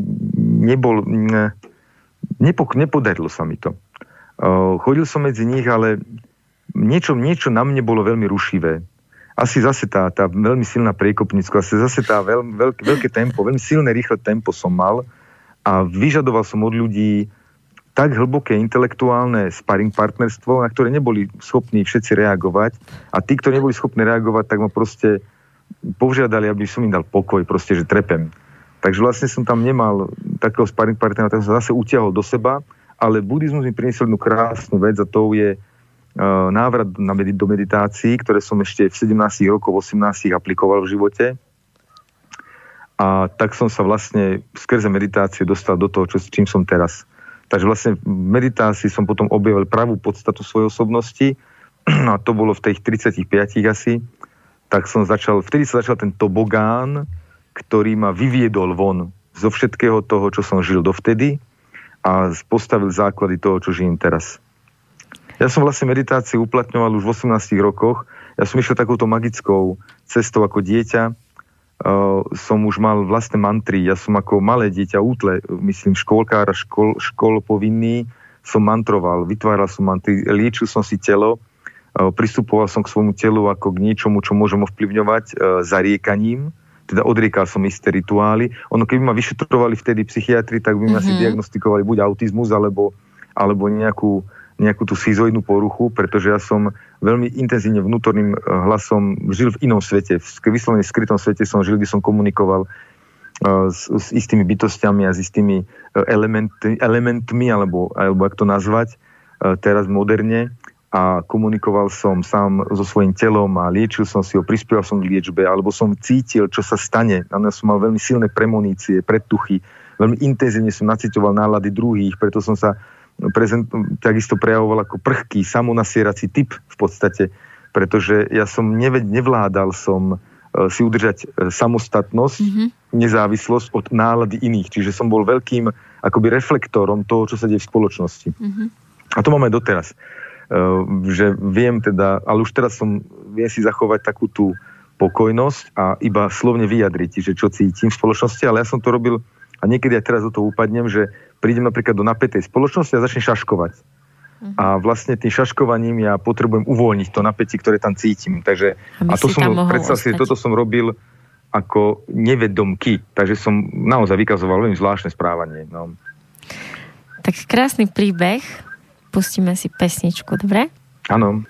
nepodarilo sa mi to. Chodil som medzi nich, ale niečo na mne bolo veľmi rušivé. Asi zase tá veľmi silná priekopnícka, zase tá veľké tempo, veľmi silné, rýchle tempo som mal a vyžadoval som od ľudí tak hlboké intelektuálne sparring partnerstvo, na ktoré neboli schopní všetci reagovať a tí, ktorí neboli schopní reagovať, tak ma proste požiadali, aby som im dal pokoj, proste, že trepem. Takže vlastne som tam nemal takého sparring partnera, tak som sa zase utiahol do seba, ale buddhizmus mi priniesol jednu krásnu vec a to je návrat do meditácií, ktoré som ešte v 17 rokoch, 18 aplikoval v živote. A tak som sa vlastne skrze meditácie dostal do toho, čím som teraz. Takže vlastne v meditácii som potom objavil pravú podstatu svojej osobnosti a to bolo v tých 35 asi. Tak vtedy sa začal ten tobogán, ktorý ma vyviedol von zo všetkého toho, čo som žil dovtedy a postavil základy toho, čo žijem teraz. Ja som vlastne meditáciu uplatňoval už v 18 rokoch. Ja som išiel takouto magickou cestou ako dieťa. Som už mal vlastné mantry. Ja som ako malé dieťa útle, myslím škôlkár, škol povinný, som mantroval, vytváral som mantry, liečil som si telo, pristupoval som k svojmu telu ako k niečomu, čo môžem ovplyvňovať zariekaním, teda odriekal som isté rituály. Ono, keby ma vyšetrovali vtedy psychiatri, tak by ma si diagnostikovali buď autizmus, alebo nejakú tú schizoidnú poruchu, pretože ja som veľmi intenzívne vnútorným hlasom žil v inom svete. V vyslovene skrytom svete som žil, kde som komunikoval s istými bytostiami a s istými elementmi, alebo jak to nazvať, teraz moderne. A komunikoval som sám so svojím telom a liečil som si ho, prispieval som k liečbe, alebo som cítil, čo sa stane. Ja som mal veľmi silné premonície, predtuchy, veľmi intenzívne som naciťoval nálady druhých, preto som sa takisto prejavoval ako prchký, samonasierací typ v podstate, pretože ja som nevládal som si udržať samostatnosť, nezávislosť od nálady iných. Čiže som bol veľkým akoby reflektorom toho, čo sa deje v spoločnosti. A to máme doteraz. Že viem teda, ale už teraz viem si zachovať takú tú pokojnosť a iba slovne vyjadriť, že čo cítim v spoločnosti, ale ja som to robil a niekedy aj teraz do toho upadnem, že prídem napríklad do napätej spoločnosti a začnem šaškovať. A vlastne tým šaškovaním ja potrebujem uvoľniť to napätie, ktoré tam cítim. Takže, a to som, predstav si, toto som robil ako nevedomky, takže som naozaj vykazoval veľmi zvláštne správanie. No. Tak krásny príbeh. Pustíme si pesničku, dobre? Áno.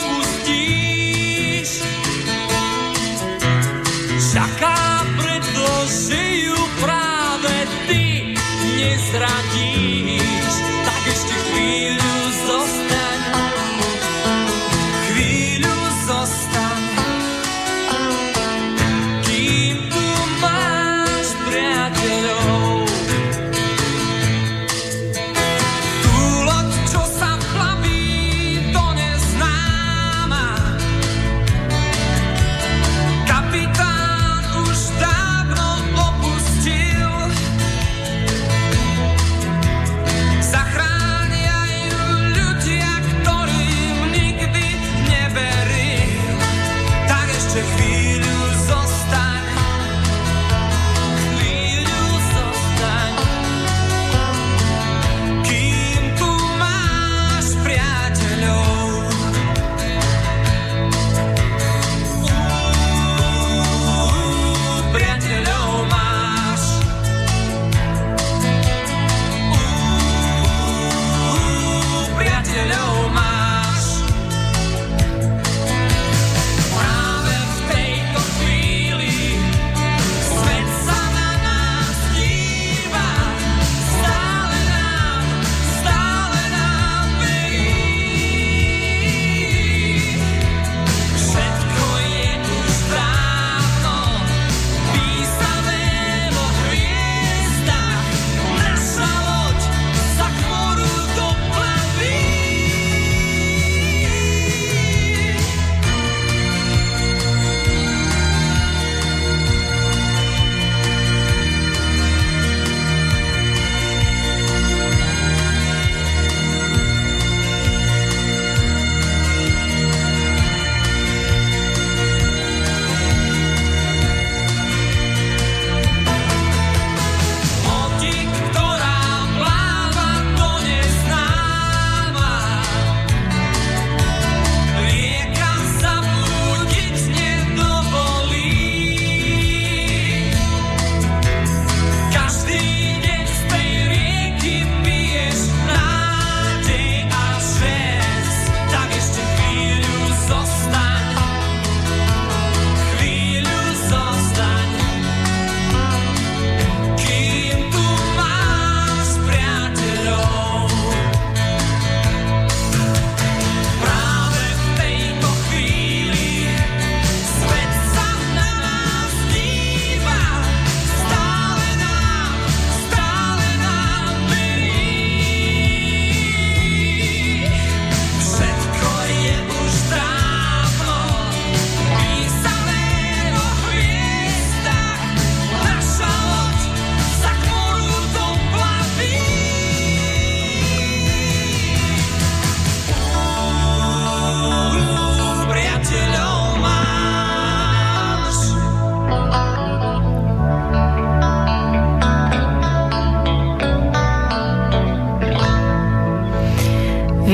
Čaká pred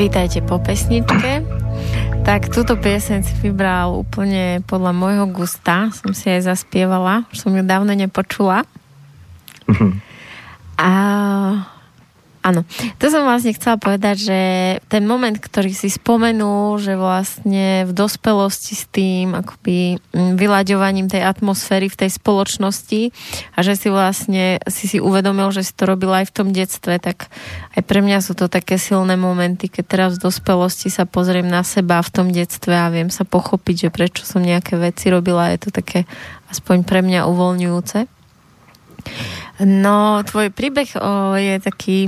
Vítajte po pesničke. Tak túto pieseň si vybral úplne podľa môjho gusta. Som si aj zaspievala. Už som ju dávno nepočula. A áno, to som vlastne chcela povedať, že ten moment, ktorý si spomenul, že vlastne v dospelosti s tým akoby vyľaďovaním tej atmosféry v tej spoločnosti a že si vlastne si uvedomil, že si to robil aj v tom detstve, tak aj pre mňa sú to také silné momenty, keď teraz v dospelosti sa pozriem na seba v tom detstve a viem sa pochopiť, že prečo som nejaké veci robila, je to také aspoň pre mňa uvoľňujúce. No, tvoj príbeh je taký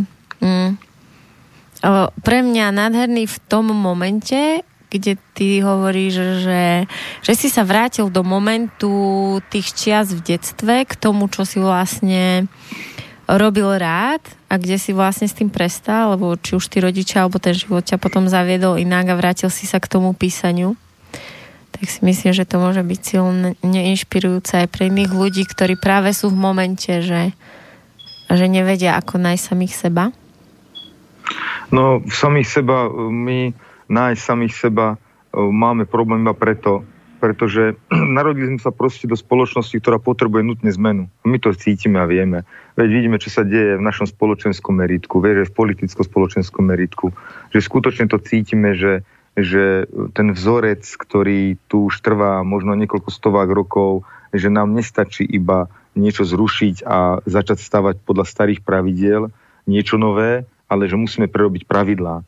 pre mňa nádherný v tom momente, kde ty hovoríš, že si sa vrátil do momentu tých čias v detstve k tomu, čo si vlastne robil rád a kde si vlastne s tým prestal, lebo či už tí rodičia alebo ten život ťa potom zaviedol inak a vrátil si sa k tomu písaniu. Tak si myslím, že to môže byť silne inšpirujúce aj pre iných ľudí, ktorí práve sú v momente, že nevedia, ako nájsť samých seba. No, my nájsť samých seba máme problém iba pretože narodili sme sa proste do spoločnosti, ktorá potrebuje nutne zmenu. My to cítime a vieme. Veď vidíme, čo sa deje v našom spoločenskom meritku, v politicko-spoločenskom meritku, že skutočne to cítime, že ten vzorec, ktorý tu už trvá možno niekoľko stovák rokov, že nám nestačí iba niečo zrušiť a začať stavať podľa starých pravidiel, niečo nové, ale že musíme prerobiť pravidlá.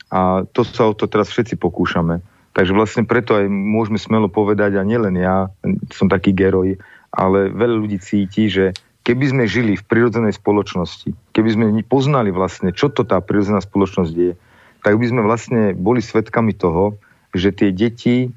A to sa o to teraz všetci pokúšame. Takže vlastne preto aj môžeme smelo povedať, a nielen ja, som taký geroj, ale veľa ľudí cíti, že keby sme žili v prirodzenej spoločnosti, keby sme poznali vlastne, čo to tá prirodzená spoločnosť je, tak by sme vlastne boli svedkami toho, že tie deti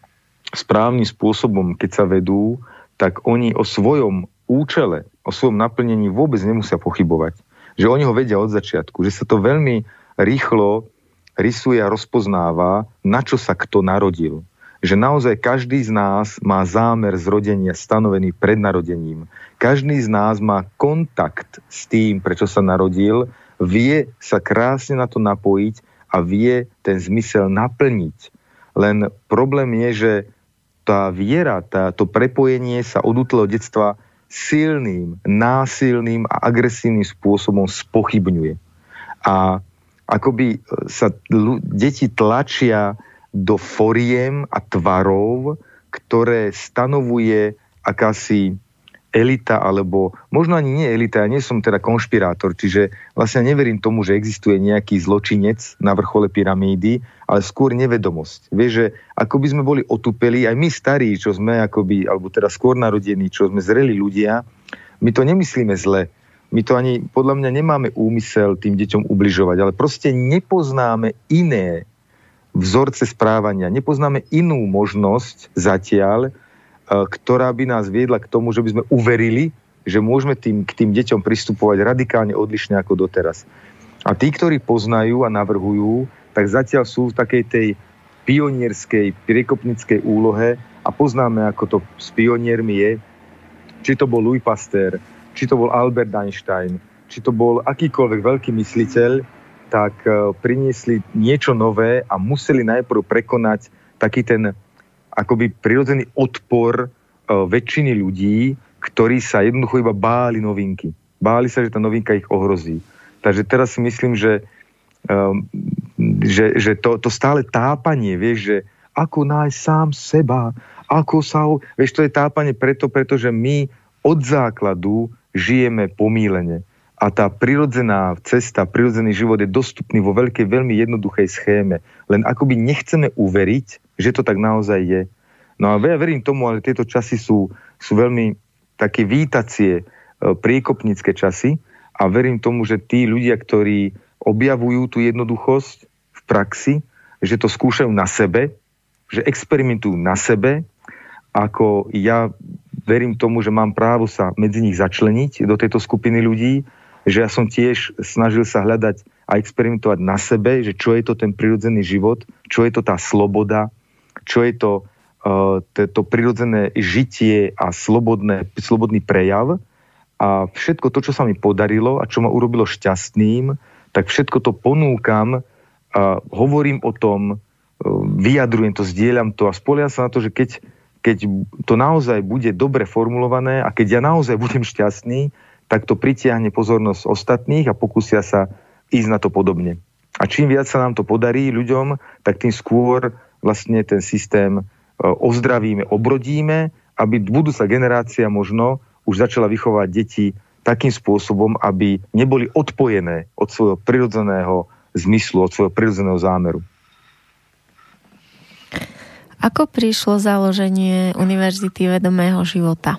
správnym spôsobom, keď sa vedú, tak oni o svojom účele, o svojom naplnení vôbec nemusia pochybovať. Že oni ho vedia od začiatku, že sa to veľmi rýchlo rysuje a rozpoznáva, na čo sa kto narodil. Že naozaj každý z nás má zámer zrodenia stanovený pred narodením. Každý z nás má kontakt s tým, prečo sa narodil, vie sa krásne na to napojiť a vie ten zmysel naplniť. Len problém je, že tá viera, to prepojenie sa od útleho detstva silným, násilným a agresívnym spôsobom spochybňuje. A akoby sa deti tlačia do foriem a tvarov, ktoré stanovuje akási elita, alebo možno ani nie elita, ja nie som teda konšpirátor, čiže vlastne neverím tomu, že existuje nejaký zločinec na vrchole pyramídy, ale skôr nevedomosť. Vieš, že ako by sme boli otupeli, aj my starí, čo sme akoby, alebo teda skôr narodení, čo sme zreli ľudia, my to nemyslíme zle. My to ani, podľa mňa, nemáme úmysel tým deťom ubližovať, ale proste nepoznáme iné vzorce správania, nepoznáme inú možnosť zatiaľ, ktorá by nás viedla k tomu, že by sme uverili, že môžeme k tým deťom pristupovať radikálne odlišne ako doteraz. A tí, ktorí poznajú a navrhujú, tak zatiaľ sú v takej tej pionierskej, priekopnickej úlohe a poznáme, ako to s pioniermi je. Či to bol Louis Pasteur, či to bol Albert Einstein, či to bol akýkoľvek veľký mysliteľ, tak priniesli niečo nové a museli najprv prekonať taký ten akoby prirodzený odpor väčšiny ľudí, ktorí sa jednoducho iba báli novinky. Báli sa, že tá novinka ich ohrozí. Takže teraz si myslím, že to stále tápanie, vieš, že ako nájsť sám seba, ako sa... Vieš, to je tápanie pretože my od základu žijeme pomýlene. A tá prirodzená cesta, prirodzený život je dostupný vo veľkej, veľmi jednoduchej schéme. Len akoby nechceme uveriť, že to tak naozaj je. No a ja verím tomu, ale tieto časy sú veľmi také vítacie, priekopnícke časy a verím tomu, že tí ľudia, ktorí objavujú tú jednoduchosť v praxi, že to skúšajú na sebe, že experimentujú na sebe, ako ja verím tomu, že mám právo sa medzi nich začleniť do tejto skupiny ľudí, že ja som tiež snažil sa hľadať a experimentovať na sebe, že čo je to ten prirodzený život, čo je to tá sloboda, čo je to prirodzené žitie a slobodný prejav. A všetko to, čo sa mi podarilo a čo ma urobilo šťastným, tak všetko to ponúkam hovorím o tom, vyjadrujem to, zdieľam to a spolieham sa na to, že keď to naozaj bude dobre formulované a keď ja naozaj budem šťastný, tak to pritiahne pozornosť ostatných a pokúsia sa ísť na to podobne. A čím viac sa nám to podarí ľuďom, tak tým skôr vlastne ten systém ozdravíme, obrodíme, aby budúca generácia možno už začala vychovať deti takým spôsobom, aby neboli odpojené od svojho prirodzeného zmyslu, od svojho prirodzeného zámeru. Ako prišlo založenie Univerzity vedomého života?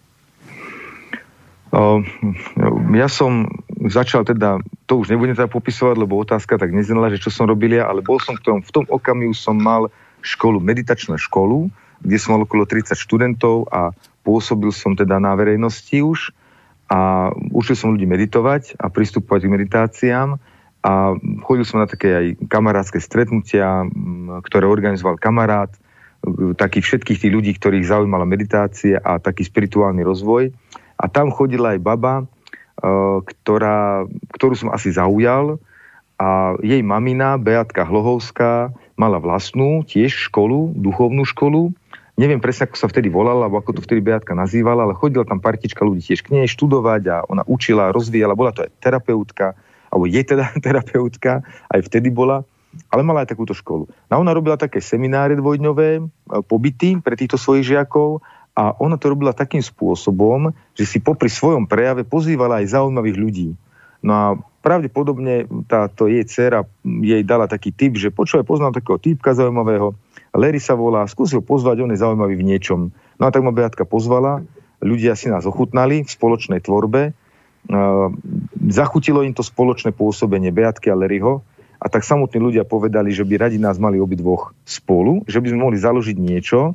Ja som začal teda, to už nebudem teda popisovať, lebo otázka tak neznala, že čo som robil ja, ale bol som v tom okamihu som mal školu, meditačnú školu, kde som mal okolo 30 študentov a pôsobil som teda na verejnosti už a učil som ľudí meditovať a pristupovať k meditáciám a chodil som na také aj kamarátske stretnutia, ktoré organizoval kamarát, takých všetkých tých ľudí, ktorých zaujímala meditácia a taký spirituálny rozvoj. A tam chodila aj baba, ktorú som asi zaujal a jej mamina, Beatka Hlohovská, mala vlastnú tiež školu, duchovnú školu. Neviem presne, ako sa vtedy volala, alebo ako to vtedy Beatka nazývala, ale chodila tam partička ľudí tiež k nej študovať a ona učila, rozvíjala, bola to aj terapeutka, alebo je teda terapeutka, aj vtedy bola. Ale mala aj takúto školu. A ona robila také semináre dvojdňové, pobyty pre týchto svojich žiakov a ona to robila takým spôsobom, že si popri svojom prejave pozývala aj zaujímavých ľudí. No a pravdepodobne táto jej dcera jej dala taký tip, že počúvaj, poznám takého týpka zaujímavého, Larry sa volá, skúsi ho pozvať, on je zaujímavý v niečom. No a tak ma Beatka pozvala, ľudia si nás ochutnali v spoločnej tvorbe, zachutilo im to spoločné pôsobenie Beatky a Larryho. A tak samotní ľudia povedali, že by radi nás mali obidvoch spolu, že by sme mohli založiť niečo,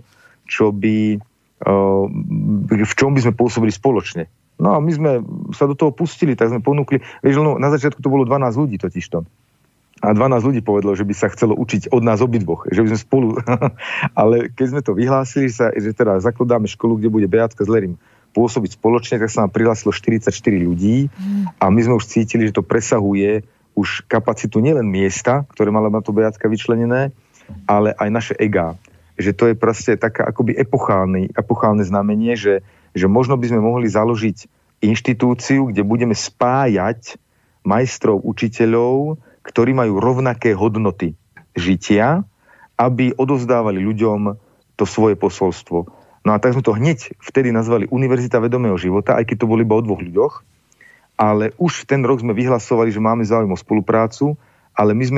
v čom by sme pôsobili spoločne. No a my sme sa do toho pustili, tak sme ponúkli, vieš, no, na začiatku to bolo 12 ľudí totižto. A 12 ľudí povedalo, že by sa chcelo učiť od nás obidvoch, že by sme spolu. Ale keď sme to vyhlásili, že teda zakladáme školu, kde bude Beatka s Larrym pôsobiť spoločne, tak sa nám prihlásilo 44 ľudí a my sme už cítili, že to presahuje už kapacitu nielen miesta, ktoré mala na to Beatka vyčlenené, ale aj naše egá. Že to je proste taká akoby epochálne znamenie, že možno by sme mohli založiť inštitúciu, kde budeme spájať majstrov, učiteľov, ktorí majú rovnaké hodnoty žitia, aby odovzdávali ľuďom to svoje posolstvo. No a tak sme to hneď vtedy nazvali Univerzita vedomého života, aj keď to boli iba o 2 ľuďoch, ale už ten rok sme vyhlasovali, že máme záujem o spoluprácu, ale my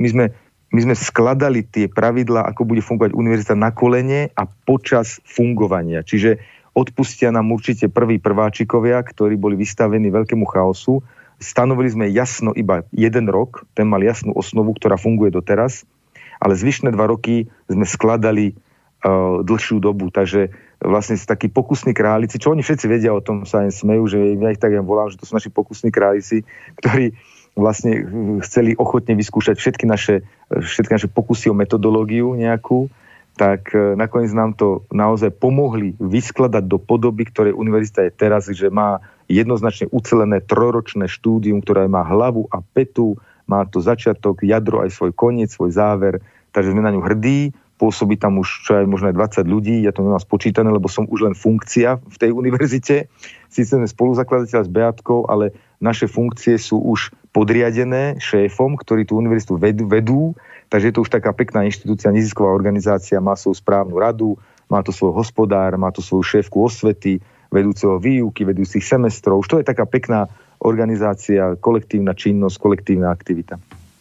sme skladali tie pravidlá, ako bude fungovať univerzita na kolene a počas fungovania. Čiže odpustia nám určite prváčikovia, ktorí boli vystavení veľkému chaosu. Stanovili sme jasno iba 1 rok, ten mal jasnú osnovu, ktorá funguje doteraz, ale zvyšné 2 roky sme skladali dlhšiu dobu, takže vlastne takí pokusní králici, čo oni všetci vedia o tom, sa aj smejú, že ja ich tak volám, že to sú naši pokusní králici, ktorí vlastne chceli ochotne vyskúšať všetky naše pokusy o metodológiu nejakú, tak nakoniec nám to naozaj pomohli vyskladať do podoby, ktorej univerzita je teraz, že má jednoznačne ucelené 3-ročné štúdium, ktoré má hlavu a petu, má to začiatok, jadro aj svoj koniec, svoj záver, takže sme na ňu hrdí. Pôsobí tam už čo aj možno aj 20 ľudí, ja to nemám spočítané, lebo som už len funkcia v tej univerzite. Síce sme spoluzakladateľ s Beatkou, ale naše funkcie sú už podriadené šéfom, ktorí tú univerzitu vedú, takže je to už taká pekná inštitúcia, nezisková organizácia, má svoju správnu radu, má to svoj hospodár, má to svoju šéfku osvety, vedúceho výuky, vedúcich semestrov. Už to je taká pekná organizácia, kolektívna činnosť, kolektívna aktivita.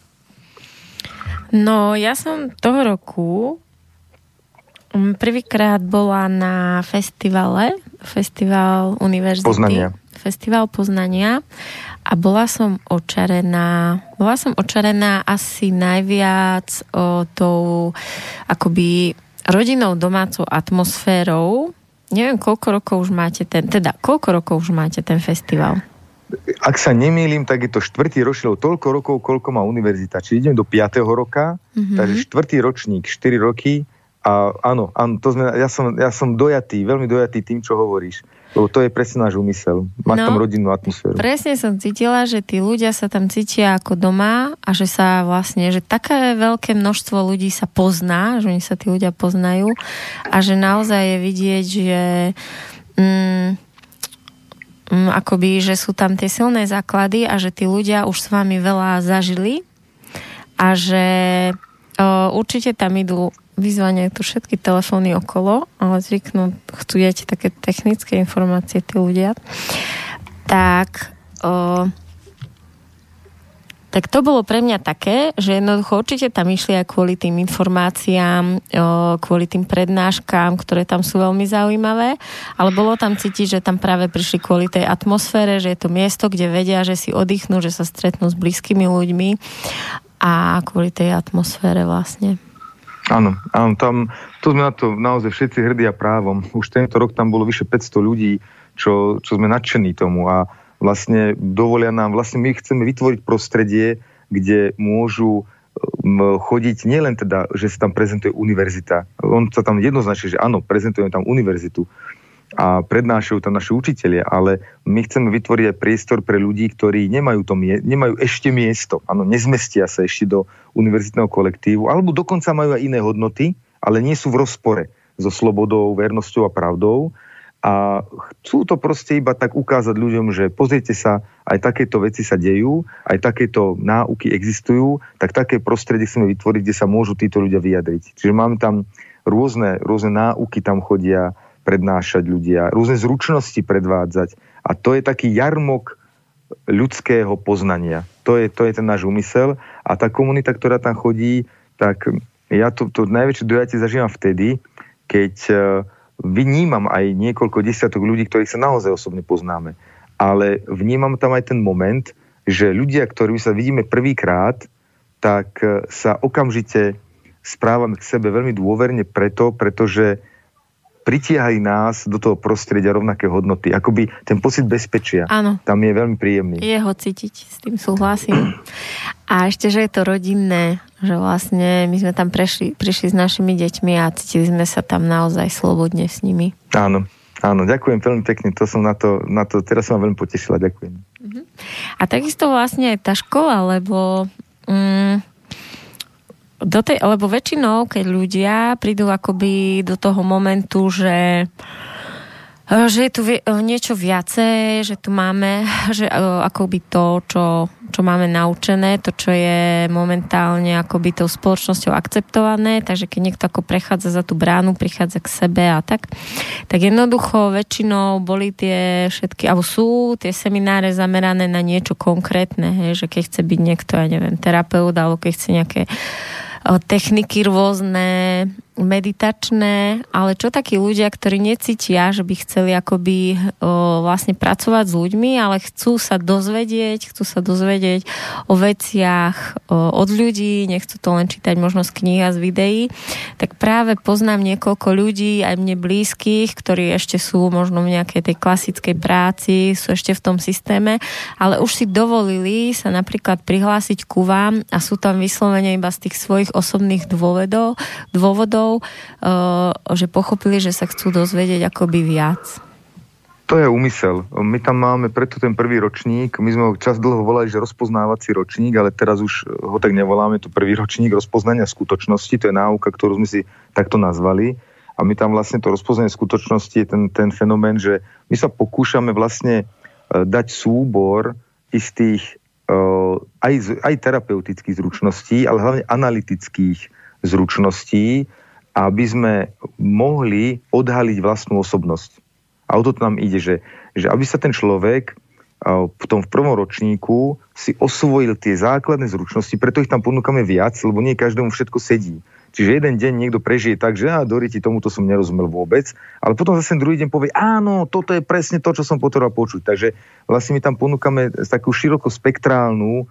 No, ja som toho roku prvýkrát bola na festival univerzity. Poznania. Festival Poznania a bola som očarená asi najviac tou akoby rodinnou domácou atmosférou. Neviem, koľko rokov už máte ten festival? Ak sa nemýlim, tak je to 4. ročník, toľko rokov, koľko má univerzita. Či idem do 5. roka, takže 4. ročník, 4 roky. A áno, ja som dojatý, veľmi dojatý tým, čo hovoríš. Lebo to je presne náš úmysel. Mať tam rodinnú atmosféru. Presne som cítila, že tí ľudia sa tam cítia ako doma a že sa vlastne, že také veľké množstvo ľudí sa pozná, že oni sa tí ľudia poznajú a že naozaj je vidieť, že akoby, že sú tam tie silné základy a že tí ľudia už s vami veľa zažili a že určite tam idú vyzvania tu všetky telefóny okolo, ale zvyknú, chcú dať také technické informácie tí ľudia. Tak to bolo pre mňa také, že jednoducho určite tam išli aj kvôli tým informáciám, kvôli tým prednáškám, ktoré tam sú veľmi zaujímavé, ale bolo tam cítiť, že tam práve prišli kvôli tej atmosfére, že je to miesto, kde vedia, že si oddychnú, že sa stretnú s blízkymi ľuďmi a kvôli tej atmosfére vlastne. Áno, tu sme na to naozaj všetci hrdí a právom. Už tento rok tam bolo vyše 500 ľudí, čo sme nadšení tomu a vlastne dovolia nám, vlastne my chceme vytvoriť prostredie, kde môžu chodiť nielen teda, že sa tam prezentuje univerzita. On sa tam jednoznačne, že áno, prezentujeme tam univerzitu a prednášajú tam naši učitelia, ale my chceme vytvoriť aj priestor pre ľudí, ktorí nemajú ešte miesto. Áno, nezmestia sa ešte do univerzitného kolektívu, alebo dokonca majú aj iné hodnoty, ale nie sú v rozpore so slobodou, vernosťou a pravdou. A chcú to proste iba tak ukázať ľuďom, že pozrite sa, aj takéto veci sa dejú, aj takéto náuky existujú, tak také prostredie chceme vytvoriť, kde sa môžu títo ľudia vyjadriť. Čiže máme tam rôzne náuky tam chodia prednášať ľudia, rôzne zručnosti predvádzať. A to je taký jarmok ľudského poznania. To je ten náš úmysel. A tá komunita, ktorá tam chodí, tak ja to najväčšie dojatie zažívam vtedy, keď vnímam aj niekoľko desiatok ľudí, ktorých sa naozaj osobne poznáme. Ale vnímam tam aj ten moment, že ľudia, ktorí sa vidíme prvýkrát, tak sa okamžite správame k sebe veľmi dôverne pretože pritiahli nás do toho prostredia rovnaké hodnoty. Akoby ten pocit bezpečia. Áno. Tam je veľmi príjemný. Je ho cítiť, s tým súhlasím. A ešte, že je to rodinné, že vlastne my sme tam prišli s našimi deťmi a cítili sme sa tam naozaj slobodne s nimi. Áno, ďakujem veľmi pekne. To som na to teraz som ma veľmi potešila. Ďakujem. A takisto vlastne aj tá škola, lebo lebo väčšinou, keď ľudia prídu akoby do toho momentu, že je tu niečo viacej, že tu máme, že akoby to, čo máme naučené, to, čo je momentálne akoby tou spoločnosťou akceptované, takže keď niekto ako prechádza za tú bránu, prichádza k sebe a tak jednoducho väčšinou boli tie všetky, alebo sú tie semináre zamerané na niečo konkrétne, že keď chce byť niekto, ja neviem, terapeut, alebo keď chce nejaké techniky rôzne, meditačné, ale čo takí ľudia, ktorí necítia, že by chceli akoby vlastne pracovať s ľuďmi, ale chcú sa dozvedieť o veciach od ľudí, nechcú to len čítať možno z kníh a z videí, tak práve poznám niekoľko ľudí, aj mne blízkych, ktorí ešte sú možno v nejakej tej klasickej práci, sú ešte v tom systéme, ale už si dovolili sa napríklad prihlásiť ku vám a sú tam vyslovene iba z tých svojich osobných dôvodov, že pochopili, že sa chcú dozvedieť akoby viac. To je úmysel. My tam máme preto ten prvý ročník, my sme ho čas dlho volali, že rozpoznávací ročník, ale teraz už ho tak nevoláme, to prvý ročník rozpoznania skutočnosti, to je náuka, ktorú sme si takto nazvali. A my tam vlastne to rozpoznanie skutočnosti je ten fenomén, že my sa pokúšame vlastne dať súbor istých aj terapeutických zručností, ale hlavne analytických zručností, aby sme mohli odhaliť vlastnú osobnosť. A o to nám ide, že aby sa ten človek v prvom ročníku si osvojil tie základné zručnosti, preto ich tam ponúkame viac, lebo nie každému všetko sedí. Čiže jeden deň niekto prežije tak, že Doriti, tomuto som nerozumel vôbec, ale potom zase druhý deň povie, áno, toto je presne to, čo som potreboval počuť. Takže vlastne my tam ponúkame takú širokospektrálny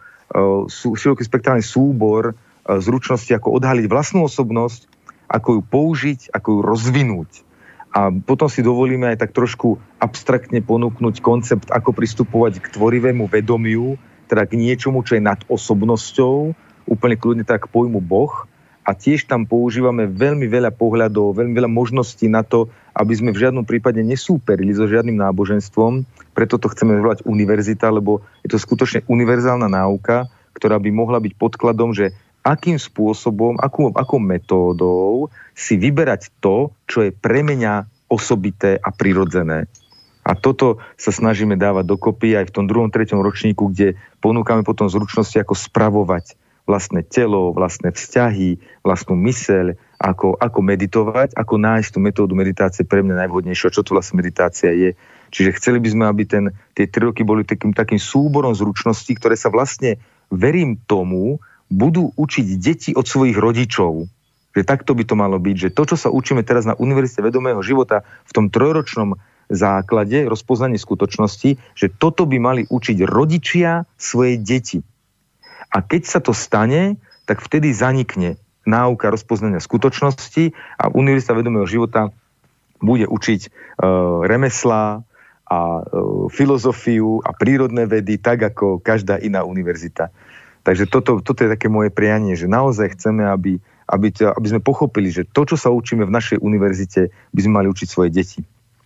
súbor zručnosti, ako odhaliť vlastnú osobnosť, ako ju použiť, ako ju rozvinúť. A potom si dovolíme aj tak trošku abstraktne ponúknuť koncept, ako pristupovať k tvorivému vedomiu, teda k niečomu, čo je nad osobnosťou, úplne kľudne tak pojmu Boh. A tiež tam používame veľmi veľa pohľadov, veľmi veľa možností na to, aby sme v žiadnom prípade nesúperili so žiadnym náboženstvom, preto to chceme volať univerzita, lebo je to skutočne univerzálna náuka, ktorá by mohla byť podkladom, že akým spôsobom, akou metódou si vyberať to, čo je pre mňa osobité a prirodzené. A toto sa snažíme dávať dokopy aj v tom 2., 3. ročníku, kde ponúkame potom zručnosti, ako spravovať vlastné telo, vlastné vzťahy, vlastnú myseľ, ako meditovať, ako nájsť tú metódu meditácie pre mňa najvhodnejšie, čo to vlastne meditácia je. Čiže chceli by sme, aby tie 3 roky boli takým súborom zručností, ktoré sa vlastne, verím tomu, budú učiť deti od svojich rodičov. Že takto by to malo byť, že to, čo sa učíme teraz na Univerzite vedomého života v tom 3-ročnom základe rozpoznanie skutočnosti, že toto by mali učiť rodičia svoje deti. A keď sa to stane, tak vtedy zanikne náuka rozpoznania skutočnosti a Univerzita vedomého života bude učiť remeslá a filozofiu a prírodné vedy tak, ako každá iná univerzita. Takže toto je také moje prianie, že naozaj chceme, aby sme pochopili, že to, čo sa učíme v našej univerzite, by sme mali učiť svoje deti.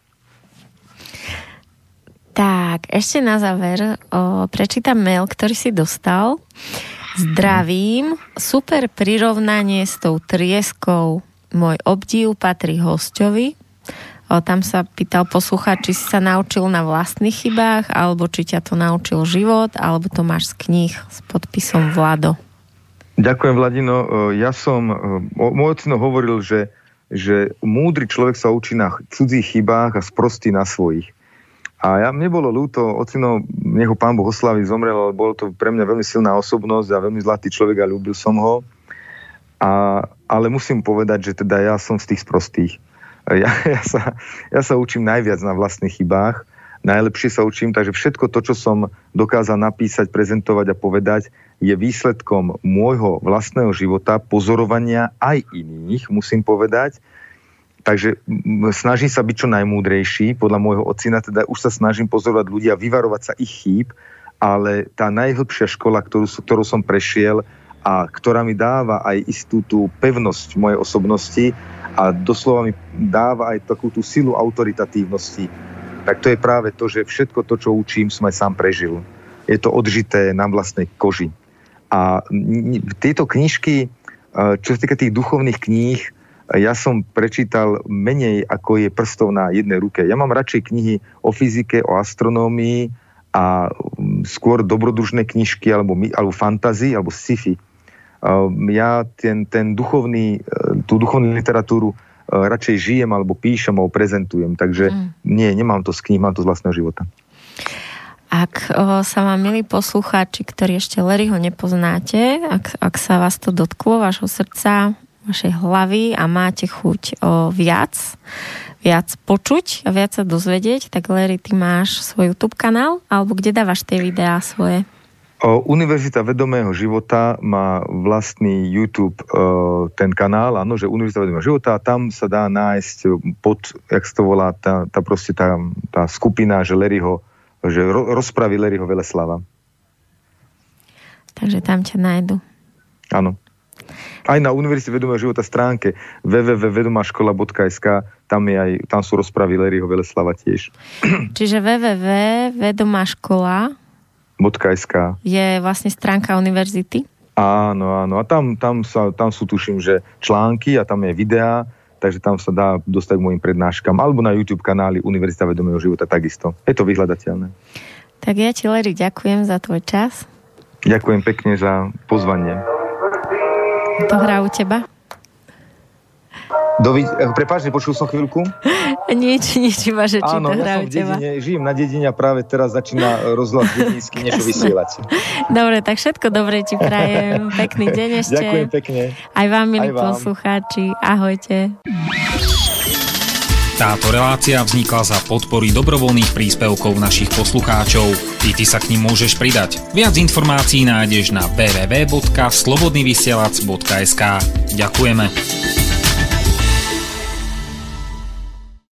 Tak, ešte na záver prečítam mail, ktorý si dostal. Zdravím, super prirovnanie s tou trieskou. Môj obdiv patrí hosťovi. Tam sa pýtal poslucháč, či si sa naučil na vlastných chybách, alebo či ťa to naučil život, alebo to máš z kníh s podpisom Vlado. Ďakujem, Vladino. Môj ocino hovoril, že múdry človek sa učí na cudzích chybách a sprostý na svojich. A mne bolo ľúto, ocino, nech ho Pán Boh oslaví, zomrel, ale bolo to pre mňa veľmi silná osobnosť a veľmi zlatý človek a ľúbil som ho. Ale musím povedať, že teda ja som z tých sprostých. Ja sa učím najviac na vlastných chybách, najlepšie sa učím, takže všetko to, čo som dokázal napísať, prezentovať a povedať, je výsledkom môjho vlastného života, pozorovania aj iných, musím povedať. Takže snažím sa byť čo najmúdrejší, podľa môjho ocina, teda už sa snažím pozorovať ľudí a vyvarovať sa ich chýb, ale tá najhlbšia škola, ktorú som prešiel a ktorá mi dáva aj istú tú pevnosť mojej osobnosti a doslova mi dáva aj takú tú silu autoritatívnosti, tak to je práve to, že všetko to, čo učím, som aj sám prežil. Je to odžité na vlastnej koži. A tieto knižky, čo sa týka tých duchovných kníh, ja som prečítal menej, ako je prstov na jednej ruke. Ja mám radšej knihy o fyzike, o astronómii a skôr dobrodružné knižky alebo fantasy, alebo sci-fi. Ja tú duchovnú literatúru radšej žijem alebo píšem alebo prezentujem. Takže nemám to z kníh, mám to z vlastného života. Ak sa vám, milí poslucháči, ktorí ešte Larryho nepoznáte, ak sa vás to dotklo, vášho srdca, vašej hlavy a máte chuť viac počuť a viac sa dozvedieť, tak Larry, ty máš svoj YouTube kanál, alebo kde dávaš tie videá svoje? Univerzita vedomého života má vlastný YouTube ten kanál, áno, že Univerzita vedomého života, a tam sa dá nájsť jak sa to volá, tá skupina, že Larryho, že rozpraví Larryho Veleslava. Takže tam ťa nájdu. Áno. Aj na Univerzite vedomého života stránke www.vedomaškola.sk tam sú rozpravy Larryho Veleslava tiež. Čiže www.vedomaškola.sk je vlastne stránka univerzity? Áno. A tam sú, tuším, že články a tam je videá, takže tam sa dá dostať k mojim prednáškam. Alebo na YouTube kanáli Univerzita vedomého života takisto. Je to vyhľadateľné. Tak ja ti, Larry, ďakujem za tvoj čas. Ďakujem pekne za pozvanie. To hrá u teba? Prepáč, nepočul som chvíľku? Nič, iba, že či to hrá u teba. Áno, žijem na dedine a práve teraz začína rozhlas dedinský niečo vysielať. Dobre, tak všetko dobre ti prajem. Pekný deň ešte. Ďakujem pekne. Aj vám, milí poslucháči. Ahojte. Táto relácia vznikla za podpory dobrovoľných príspevkov našich poslucháčov. Ty sa k nim môžeš pridať. Viac informácií nájdeš na www.slobodnyvysielac.sk. Ďakujeme.